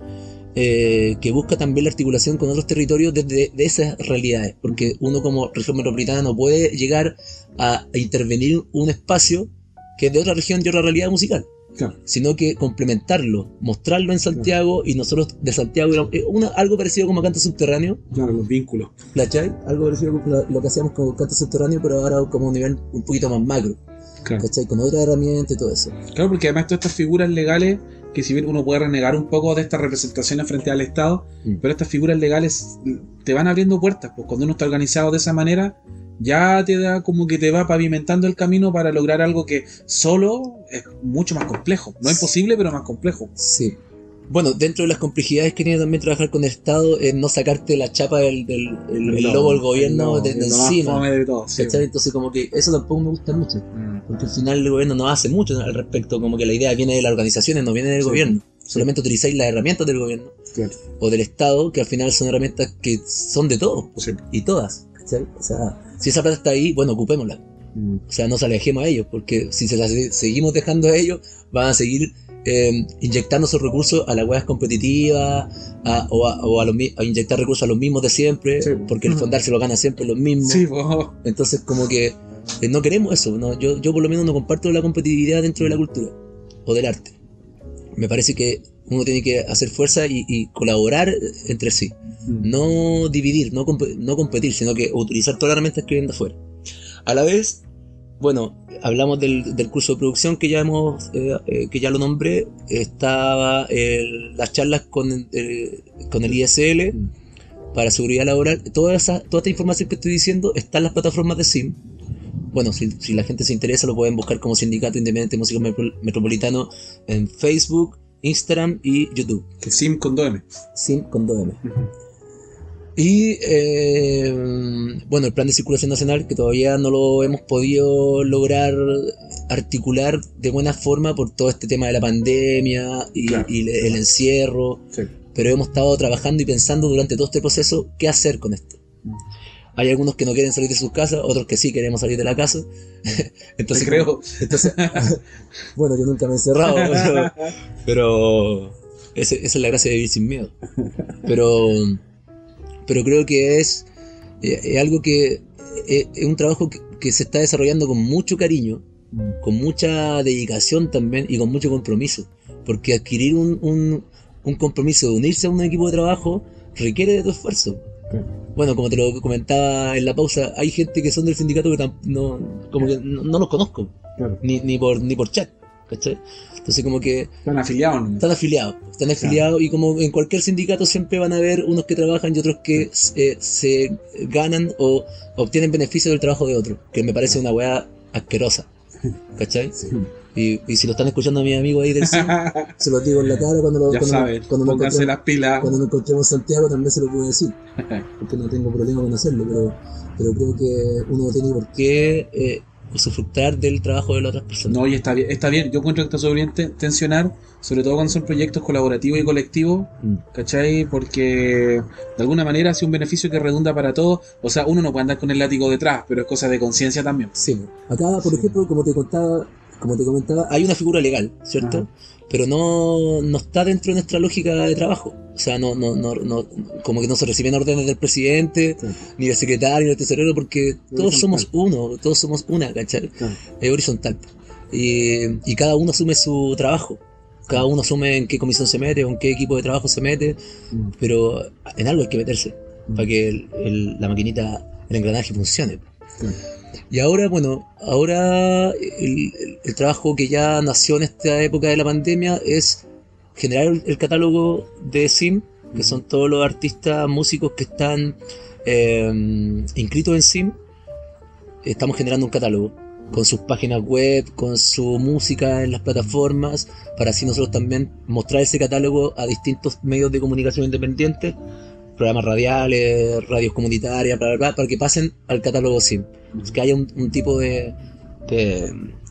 eh, que busca también la articulación con otros territorios desde de esas realidades, porque uno como región metropolitana no puede llegar a, a intervenir un espacio que es de otra región y otra realidad musical. Claro. Sino que complementarlo, mostrarlo en Santiago, claro. y nosotros de Santiago, una, algo parecido como Canto Subterráneo. Claro, los vínculos. ¿Cachai? Algo parecido como lo, lo que hacíamos con Canto Subterráneo, pero ahora como a un nivel un poquito más macro. Claro. ¿Cachai? Con otra herramienta y todo eso. Claro, porque además todas estas figuras legales, que si bien uno puede renegar un poco de estas representaciones frente al Estado, mm. pero estas figuras legales te van abriendo puertas, pues cuando uno está organizado de esa manera, ya te da como que te va pavimentando el camino para lograr algo que solo es mucho más complejo. No es imposible, pero más complejo. Sí. Bueno, dentro de las complejidades que tiene también trabajar con el Estado es no sacarte la chapa del, del el, el logo del gobierno de, de encima. De todo, sí, entonces como que eso tampoco me gusta mucho. Mm. Porque al final el gobierno no hace mucho al respecto. Como que la idea viene de las organizaciones, no viene del sí. gobierno. Solamente utilizáis las herramientas del gobierno. Claro. O del Estado, que al final son herramientas que son de todos. Sí. Y todas. ¿Cachai? O sea, si esa plata está ahí, bueno, ocupémosla. Mm. O sea, no se alejemos a ellos, porque si se la seguimos dejando a ellos, van a seguir eh, inyectando esos recursos a las weas competitivas, a, o, a, o a, los, a inyectar recursos a los mismos de siempre, sí. porque el fondar se lo gana siempre los mismos. Sí, wow. Entonces, como que eh, no queremos eso. ¿no? Yo, yo, por lo menos, no comparto la competitividad dentro de la cultura o del arte. Me parece que uno tiene que hacer fuerza y, y colaborar entre sí. Mm. No dividir, no, comp- no competir, sino que utilizar todas las herramientas que vienen de afuera. A la vez, bueno, hablamos del, del curso de producción que ya hemos, eh, eh, que ya lo nombré. Estaba el, las charlas con, eh, con el I S L mm. para seguridad laboral. Toda esa, toda esta información que estoy diciendo está en las plataformas de S I M. Bueno, si, si la gente se interesa, lo pueden buscar como Sindicato Independiente Musical Metropolitano en Facebook, Instagram y YouTube. Que S I M con dos eme. S I M con dos eme. Uh-huh. Y eh, bueno, el plan de circulación nacional, que todavía no lo hemos podido lograr articular de buena forma por todo este tema de la pandemia y, claro. y el encierro. Sí. Pero hemos estado trabajando y pensando durante todo este proceso qué hacer con esto. Uh-huh. Hay algunos que no quieren salir de sus casas, otros que sí queremos salir de la casa. Entonces, creo. Entonces, bueno, yo nunca me he encerrado, pero, pero ese, esa es la gracia de vivir sin miedo. Pero, pero creo que es, es algo que es, es un trabajo que, que se está desarrollando con mucho cariño, con mucha dedicación también y con mucho compromiso. Porque adquirir un, un, un compromiso de unirse a un equipo de trabajo requiere de tu esfuerzo. Claro. Bueno, como te lo comentaba en la pausa, hay gente que son del sindicato que no, como que no, no los conozco, claro. ni, ni, por, ni por chat, ¿cachai? Entonces como que... Están afiliados, ¿no? Están afiliados, están afiliados, claro. Y como en cualquier sindicato siempre van a haber unos que trabajan y otros que eh, se ganan o obtienen beneficios del trabajo de otros, que me parece una weá asquerosa, ¿cachai? Sí. Y, y si lo están escuchando a mis amigos ahí del C I M, se los digo en la cara cuando lo ya cuando, sabes, cuando, pónganse las pilas. Cuando nos encontremos en Santiago también se lo puedo decir, porque no tengo problema con hacerlo, pero, pero creo que uno no tiene por qué eh, usufructar del trabajo de las otras personas. No, y está bien, está bien. Yo encuentro que está súper bien te- tensionar, sobre todo cuando son proyectos colaborativos y colectivos, mm. ¿cachai? Porque de alguna manera hace un beneficio que redunda para todos. O sea, uno no puede andar con el látigo detrás, pero es cosa de conciencia también. Sí, acá, por sí. ejemplo, como te contaba, como te comentaba, hay una figura legal, ¿cierto? Ajá. Pero no, no está dentro de nuestra lógica de trabajo. O sea, no, no, no, no como que no se reciben órdenes del presidente, sí. ni del secretario, ni del tesorero, porque es todos somos uno, todos somos una, ¿cachai? Sí. Es horizontal. Y, y cada uno asume su trabajo. Cada uno asume en qué comisión se mete o en qué equipo de trabajo se mete, mm. pero en algo hay que meterse mm. para que el, el, la maquinita, el engranaje funcione. Sí. Y ahora, bueno, ahora el, el trabajo que ya nació en esta época de la pandemia es generar el, el catálogo de S I M, que son todos los artistas, músicos que están eh, inscritos en S I M. Estamos generando un catálogo con sus páginas web, con su música en las plataformas, para así nosotros también mostrar ese catálogo a distintos medios de comunicación independientes, programas radiales, radios comunitarias, bla, bla, bla, para que pasen al catálogo S I M. Uh-huh. Que haya un, un tipo de, de,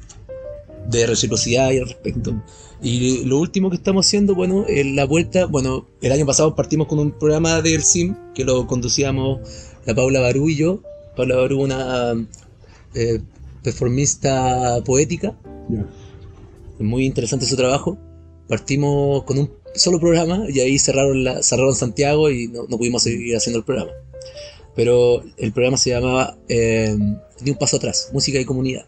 de reciprocidad ahí al respecto. Uh-huh. Y lo último que estamos haciendo, bueno, en la vuelta, bueno, el año pasado partimos con un programa del S I M que lo conducíamos la Paula Barú y yo. Paula Barú, una eh, performista poética. Yeah. Muy interesante su trabajo. Partimos con un solo programa y ahí cerraron la, cerraron Santiago y no, no pudimos seguir haciendo el programa. Pero el programa se llamaba eh, Ni un paso atrás, música y comunidad.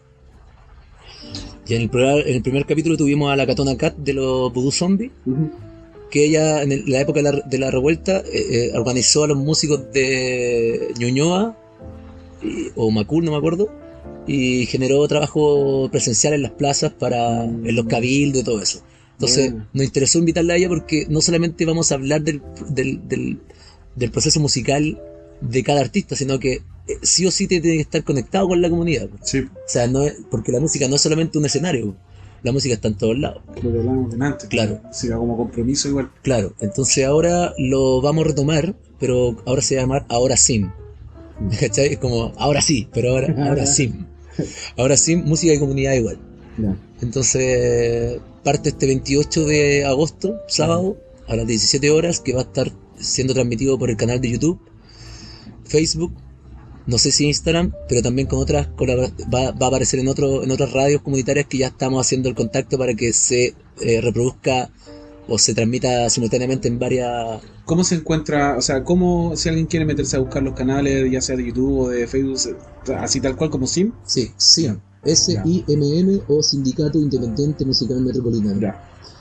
Y en el, programa, en el primer capítulo tuvimos a la Catona Cat de los Voodoo Zombies, uh-huh. que ella en el, la época de la, de la revuelta eh, eh, organizó a los músicos de Ñuñoa y, o Macul, no me acuerdo, y generó trabajo presencial en las plazas, para en los cabildos y todo eso. Entonces yeah. nos interesó invitarla a ella porque no solamente vamos a hablar del, del, del, del proceso musical de cada artista, sino que sí o sí tiene que estar conectado con la comunidad. Sí. O sea, no es, porque la música no es solamente un escenario, la música está en todos lados. Lo que hablamos delante. Claro. Música como compromiso igual. Claro, entonces ahora lo vamos a retomar, pero ahora se va a llamar Ahora S I M. ¿Cachai? Es como, ahora sí, pero ahora, ahora S I M. Ahora S I M, música y comunidad igual. Yeah. Entonces parte este veintiocho de agosto, sábado, uh-huh. a las diecisiete horas, que va a estar siendo transmitido por el canal de YouTube, Facebook, no sé si Instagram, pero también con otras va, va a aparecer en otro, en otras radios comunitarias que ya estamos haciendo el contacto para que se eh, reproduzca o se transmita simultáneamente en varias... ¿Cómo se encuentra, o sea, cómo, si alguien quiere meterse a buscar los canales, ya sea de YouTube o de Facebook, así tal cual como S I M? Sí, S I M, S I M M o Sindicato Independiente Musical Metropolitano. Ya.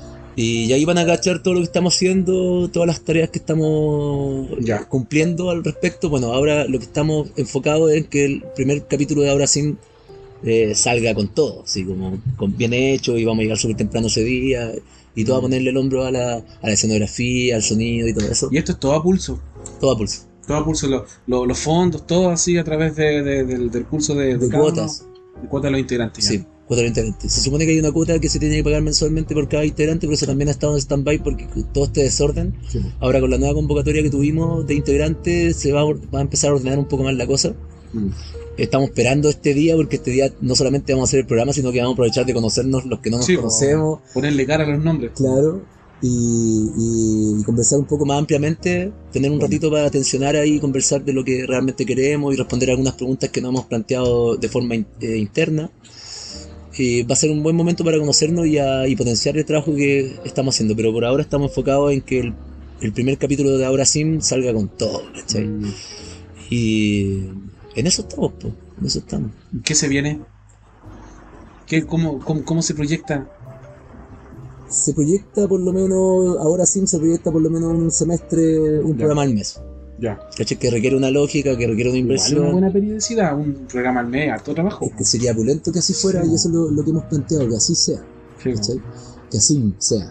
Y ahí van a cachar todo lo que estamos haciendo, todas las tareas que estamos ya. cumpliendo al respecto. Bueno, ahora lo que estamos enfocados es que el primer capítulo de Ahora S I M eh, salga con todo, así como con bien hecho, y vamos a llegar súper temprano ese día, y todo a ponerle el hombro a la, a la escenografía, al sonido y todo eso. Y esto es todo a pulso. Todo a pulso. Todo a pulso, lo, lo, los fondos, todo así a través de, de, de, del pulso de, de, de cuotas. Uno, de cuotas de los integrantes. Ya. Sí. Cuota de integrantes. Se supone que hay una cuota que se tiene que pagar mensualmente por cada integrante, pero eso también ha estado en stand-by porque todo este desorden. Sí. Ahora con la nueva convocatoria que tuvimos de integrantes se va a, va a empezar a ordenar un poco más la cosa. Mm. Estamos esperando este día porque este día no solamente vamos a hacer el programa, sino que vamos a aprovechar de conocernos los que no nos sí, conocemos. Ponerle cara a los nombres. Claro. Y, y, y conversar un poco más ampliamente, tener un bueno. ratito para atencionar ahí y conversar de lo que realmente queremos y responder algunas preguntas que nos hemos planteado de forma in, eh, interna. Y va a ser un buen momento para conocernos y, a, y potenciar el trabajo que estamos haciendo, pero por ahora estamos enfocados en que el, el primer capítulo de Ahora S I M salga con todo, ¿cachai? Mm. Y en eso estamos, po, en eso estamos. ¿Qué se viene? ¿Qué, cómo, cómo, ¿Cómo se proyecta? Se proyecta por lo menos, ahora sí se proyecta por lo menos un semestre, un ya. programa al mes. Ya. ¿Cachai? Que requiere una lógica, que requiere una inversión. Igual una buena periodicidad, un programa al mes, harto trabajo. Es que sería opulento que así fuera, sí. Y eso es lo, lo que hemos planteado, que así sea. Sí. ¿Cachai? Que así sea.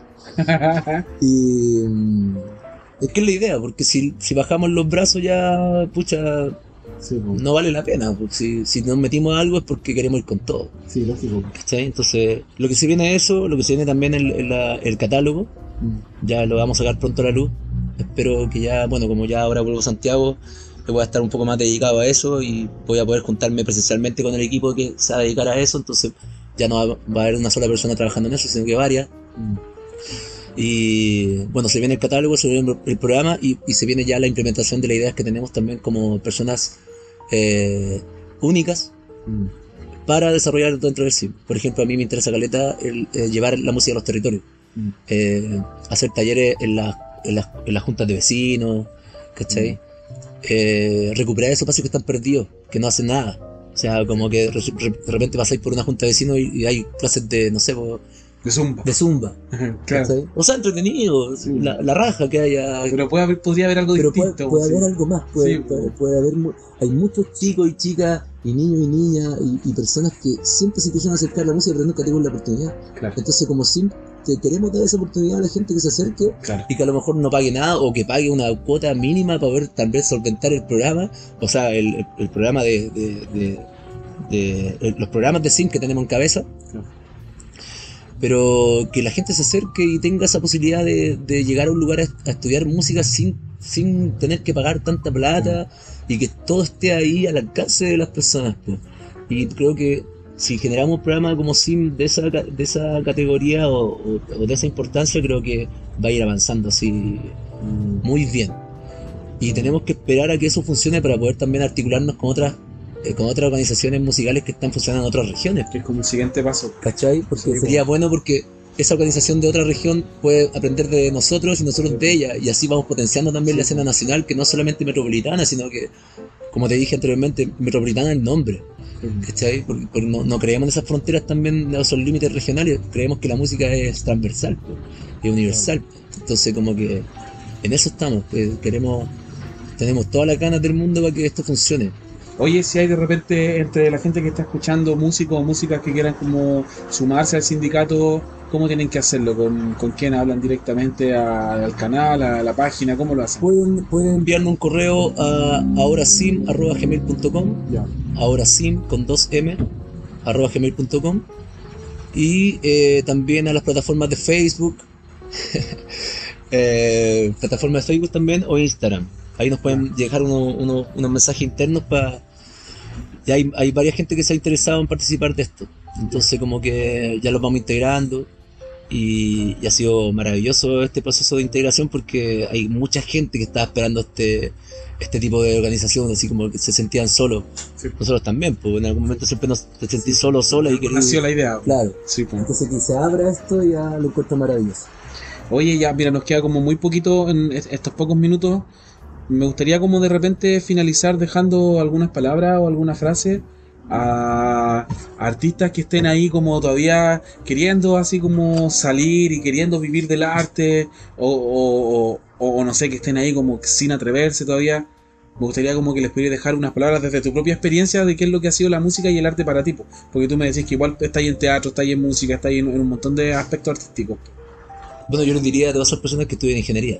Y es que es la idea, porque si, si bajamos los brazos ya, pucha, sí, pues. No vale la pena. Si, si nos metimos a algo es porque queremos ir con todo. Sí, lógico. ¿Cachai? Entonces, lo que se viene es eso, lo que se viene también es el, el, el catálogo. Mm. Ya lo vamos a sacar pronto a la luz. Espero que ya, bueno, como ya ahora vuelvo a Santiago, voy a estar un poco más dedicado a eso y voy a poder juntarme presencialmente con el equipo que se va a dedicar a eso. Entonces, ya no va, va a haber una sola persona trabajando en eso, sino que varias. Mm. Y bueno, se viene el catálogo, se viene el programa y, y se viene ya la implementación de las ideas que tenemos también como personas eh, únicas mm. para desarrollar dentro del C I M. Por ejemplo, a mí me interesa caleta el, el llevar la música a los territorios, mm. eh, hacer talleres en las en las en las juntas de vecinos, ¿cachai? Mm. Eh, recuperar esos espacios que están perdidos, que no hacen nada. O sea, como que de repente pasáis por una junta de vecinos y, y hay clases de, no sé, de zumba. De zumba. Claro. O sea, entretenido, sí. la, la raja que haya. Pero puede haber, podría haber algo pero distinto. Puede, puede sí. haber algo más. Puede, sí. puede, puede haber. Hay muchos chicos y chicas, y niños y niñas, y, y personas que siempre se quisieron acercar a la música, pero nunca tuvieron la oportunidad. Claro. Entonces, como siempre queremos dar esa oportunidad a la gente que se acerque, claro. Y que a lo mejor no pague nada, o que pague una cuota mínima para poder tal vez solventar el programa. O sea, el, el, el programa de, de, de, de, de. Los programas de S I M que tenemos en cabeza. Claro. Pero que la gente se acerque y tenga esa posibilidad de, de llegar a un lugar a, a estudiar música sin, sin tener que pagar tanta plata, mm. y que todo esté ahí al alcance de las personas, pues. Y creo que si generamos un programa como S I M de esa, de esa categoría o, o, o de esa importancia, creo que va a ir avanzando así mm. muy bien. Y tenemos que esperar a que eso funcione para poder también articularnos con otras con otras organizaciones musicales que están funcionando en otras regiones. Que es como el siguiente paso. ¿Cachai? Porque sí, sería pues. bueno porque esa organización de otra región puede aprender de nosotros y nosotros sí, de ella, y así vamos potenciando también sí, la escena nacional, que no solamente metropolitana, sino que, como te dije anteriormente, metropolitana es el nombre. Sí. ¿Cachai? Porque, porque no, no creemos en esas fronteras también, de esos límites regionales, creemos que la música es transversal, pues, es universal. Sí. Entonces como que en eso estamos, pues, queremos, tenemos todas las ganas del mundo para que esto funcione. Oye, si hay de repente entre la gente que está escuchando músicos o músicas que quieran como sumarse al sindicato, ¿cómo tienen que hacerlo? ¿Con, con quién hablan directamente a, al canal, a la página? ¿Cómo lo hacen? Pueden, pueden enviarme un correo a ahorasim arroba gmail punto com, yeah. ahorasim con dos m arroba gmail punto com, y eh, también a las plataformas de Facebook, eh, plataformas de Facebook también, o Instagram. Ahí nos pueden dejar uno, uno, unos mensajes internos para... Ya hay, hay varias gente que se ha interesado en participar de esto. Entonces como que ya los vamos integrando. Y, y ha sido maravilloso este proceso de integración, porque hay mucha gente que estaba esperando este este tipo de organización, así como que se sentían solos. Sí. Nosotros también, pues en algún momento siempre nos te sentís solo, sola y querías... Nació la idea. Claro. Sí, pues. Entonces que se abra esto ya lo encuentro maravilloso. Oye, ya, mira, nos queda como muy poquito en estos pocos minutos. Me gustaría como de repente finalizar dejando algunas palabras o alguna frase a artistas que estén ahí como todavía queriendo así como salir y queriendo vivir del arte, o, o, o, o no sé, que estén ahí como sin atreverse todavía. Me gustaría como que les pudiera dejar unas palabras desde tu propia experiencia de qué es lo que ha sido la música y el arte para ti, porque tú me decís que igual estás ahí en teatro, estás ahí en música, estás ahí en, en un montón de aspectos artísticos. Bueno, yo les diría a todas esas personas que estudian ingeniería.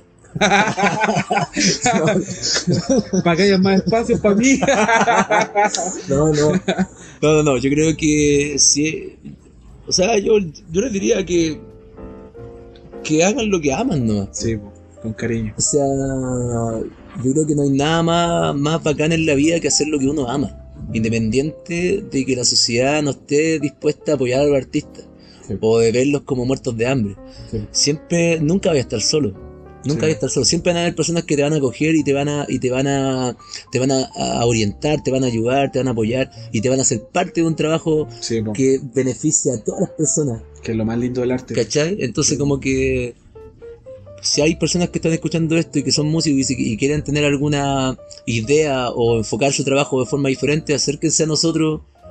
Para que haya más espacio para mí. no, no, no, no, no. Yo creo que sí. O sea, yo, yo les diría que que hagan lo que aman, ¿no? Sí, con cariño. O sea, yo creo que no hay nada más, más bacán en la vida que hacer lo que uno ama, independiente de que la sociedad no esté dispuesta a apoyar a los artistas, sí, o de verlos como muertos de hambre. Sí. Siempre, nunca voy a estar solo. Nunca sí. voy a estar solo. Siempre van a haber personas que te van a acoger y te van a y te van a te van a, a orientar, te van a ayudar, te van a apoyar y te van a hacer parte de un trabajo sí, no. que beneficia a todas las personas. Que es lo más lindo del arte. ¿Cachai? Entonces sí. como que si hay personas que están escuchando esto y que son músicos y, y quieren tener alguna idea o enfocar su trabajo de forma diferente, acérquense a nosotros,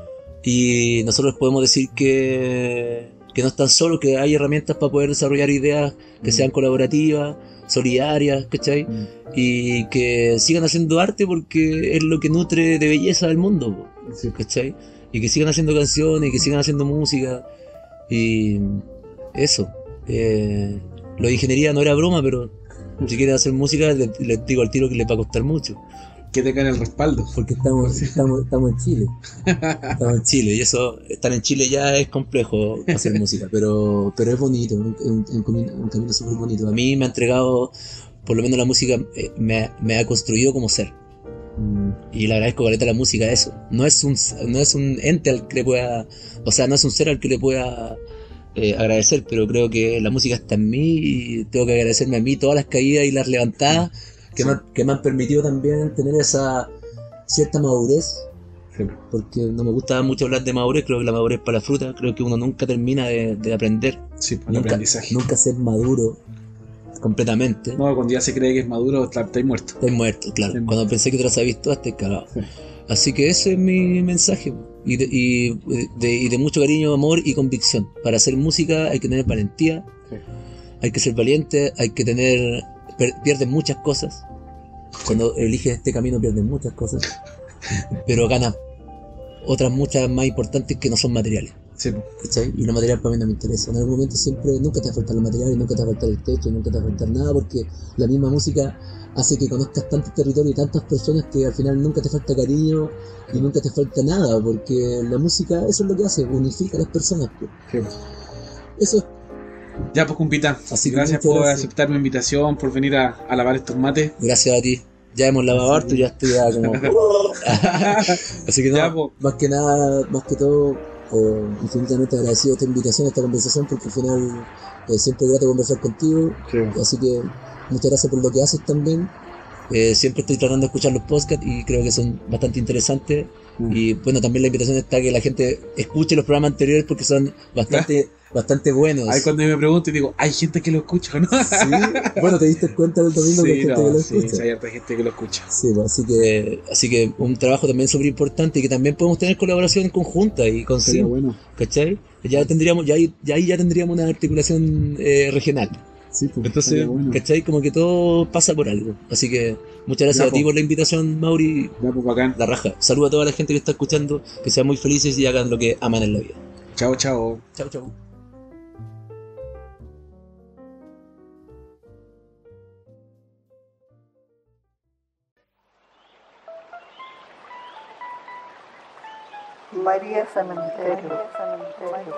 y nosotros podemos decir que, que no están solos, que hay herramientas para poder desarrollar ideas que mm. sean colaborativas, solidarias, ¿cachai? Mm. Y que sigan haciendo arte porque es lo que nutre de belleza al mundo, sí. ¿cachai? Y que sigan haciendo canciones, y que sigan haciendo música, y eso. Eh, lo de ingeniería no era broma, pero si quieren hacer música, les, les digo al tiro que les va a costar mucho. Que tengan el respaldo. Porque estamos, estamos, estamos en Chile. Estamos en Chile, y eso, estar en Chile ya es complejo hacer música, pero, pero es bonito, un, un, un, un camino súper bonito. A mí me ha entregado, por lo menos la música, eh, me, me ha construido como ser. Mm, y le agradezco caleta a la música eso. No es un, no es un ente al que le pueda, o sea, no es un ser al que le pueda eh, agradecer, pero creo que la música está en mí y tengo que agradecerme a mí todas las caídas y las levantadas. Que, sí. me, que me han permitido también tener esa cierta madurez, sí. porque no me gusta mucho hablar de madurez, creo que la madurez para la fruta, creo que uno nunca termina de, de aprender, sí, para nunca, el aprendizaje. Nunca ser maduro completamente. No, cuando ya se cree que es maduro, estáis muerto. Estáis muerto, claro. Muerto. Cuando pensé que te las habías visto, estáis cagado. Sí. Así que ese es mi mensaje, y de, y, de, y de mucho cariño, amor y convicción. Para hacer música hay que tener valentía, sí. hay que ser valiente, hay que tener... pierdes muchas cosas. Cuando eliges este camino pierdes muchas cosas, pero ganas otras muchas más importantes que no son materiales. Sí. ¿Cachai? Y lo material para mí no me interesa. En algún momento siempre, nunca te va a faltar lo material, nunca te va a faltar el techo, nunca te va a faltar nada, porque la misma música hace que conozcas tantos territorios y tantas personas que al final nunca te falta cariño y nunca te falta nada, porque la música, eso es lo que hace, unifica a las personas. Sí. Eso es. Ya pues, compita, así que gracias por gracias. aceptar mi invitación, por venir a, a lavar estos mates. Gracias a ti. Ya hemos lavado sí. harto, ya estoy ya como... Así que no, ya, pues. más que nada, más que todo, eh, infinitamente agradecido a esta invitación, a esta conversación, porque al final eh, siempre es grato conversar contigo. Sí. Así que muchas gracias por lo que haces también. Eh, siempre estoy tratando de escuchar los podcasts y creo que son bastante interesantes. Mm. Y bueno, también la invitación está a que la gente escuche los programas anteriores porque son bastante... bastante buenos. Ahí cuando me pregunto y digo, ¿hay gente que lo escucha, no? Sí, bueno, te diste cuenta del domingo sí, que hay gente no, que lo sí, escucha. Sí, hay harta gente que lo escucha. Sí, pues, así que así que un trabajo también súper importante y que también podemos tener colaboración conjunta y con sí, bueno. ¿cachai? Ya tendríamos, ya ahí ya, ya tendríamos una articulación eh, regional. Sí, pues, entonces, bueno. ¿cachai? Como que todo pasa por algo. Así que muchas gracias ya, a ti por la invitación, Mauri. Ya, pues, bacán. La raja. Saludos a toda la gente que está escuchando, que sean muy felices y hagan lo que aman en la vida. Chao, chao. Chao, chao. María Cementerio. María Cementerio. María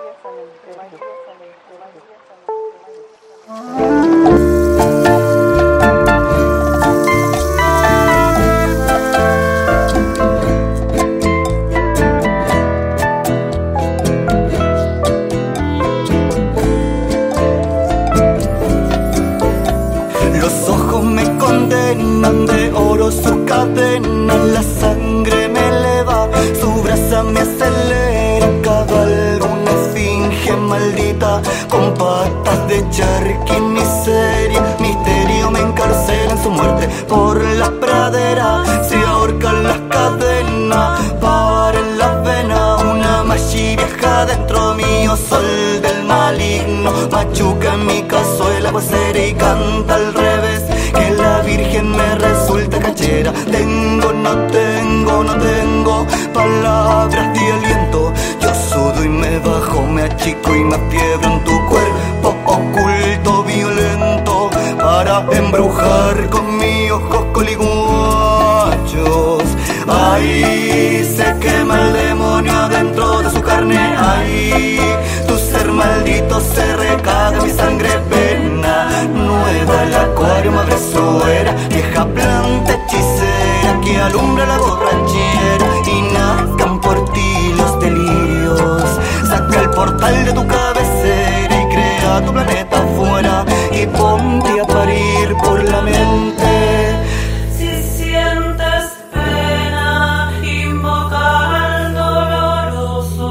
Los ojos me condenan, de oro sus cadenas, la sangre me eleva, su brasa me acelera, cabalgo una esfinge maldita, con patas de charqui, miseria, misterio me encarcela en su muerte, por las praderas se ahorcan las cadenas, para en las venas una machi vieja dentro mío, sol del maligno, machuca en mi cazuela, aguacera y canta al revés, que la virgen me resulta canchera, tengo, no tengo, no tengo palabras de aliento, yo sudo y me bajo, me achico y me apiedro en tu cuerpo oculto, violento, para embrujar con mis ojos coliguachos. Ay, se quema el demonio adentro de su carne, ay, tu ser maldito se recaga mi sangre pena, nueva el acuario, madre suera, vieja planta hechicera que alumbra la borrachera y nazcan por ti los delirios, saca el portal de tu cabecera y crea tu planeta afuera y ponte a parir por la mente. Si sientes pena, invoca al doloroso.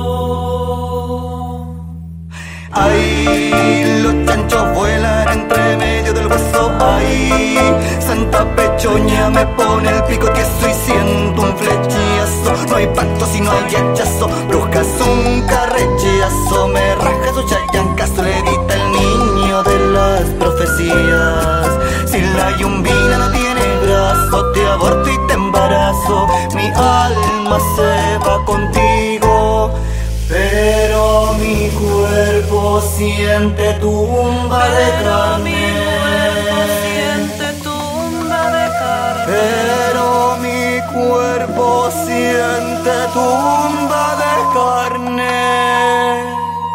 Ay, los chanchos vuelan entre medio del hueso. Ay, santa pechoña me pone el pico que soy, siento un flechazo no hay pacto si no hay hachazo. Brujas un carrechazo, me raja su chayancazo, le edita el niño de las profecías. Si la yumbina no tiene brazo, te aborto y te embarazo. Mi alma se va contigo, pero mi cuerpo siente tumba de carne. Pero mi cuerpo siente tumba de carne.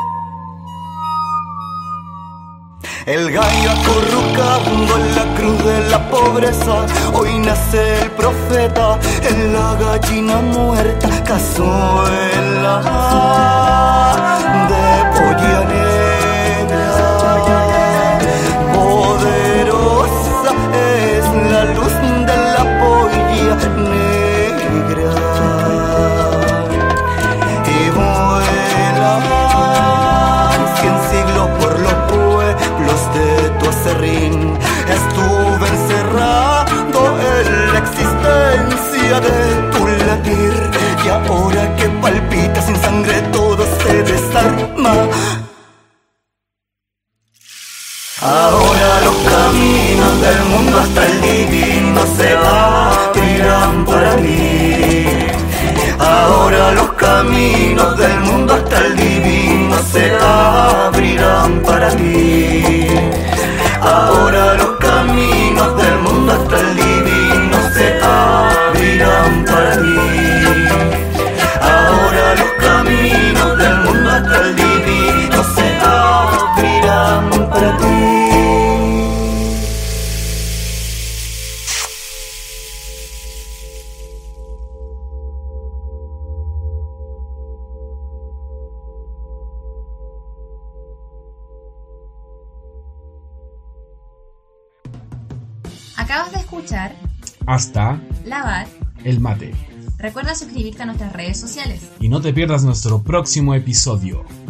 El gallo acurrucando en la cruz de la pobreza. Hoy nace el profeta en la gallina muerta. Cazuela de polla negra. Poderosa es la luz de la polla negra. Y vuela cien siglos por los pueblos de tu acerrín. Estuve encerrado en la existencia de tu latir, y ahora que palpita sin sangre todo se desarma. Ahora los caminos del mundo hasta el divino se abrirán para ti. Ahora los caminos del mundo hasta el divino se abrirán para ti. Ahora los caminos del mundo hasta el divino se abrirán para ti. Ahora los caminos del mundo hasta el divino se abrirán para ti. Acabas de escuchar Hasta Lavar. el mate. Recuerda suscribirte a nuestras redes sociales. Y no te pierdas nuestro próximo episodio.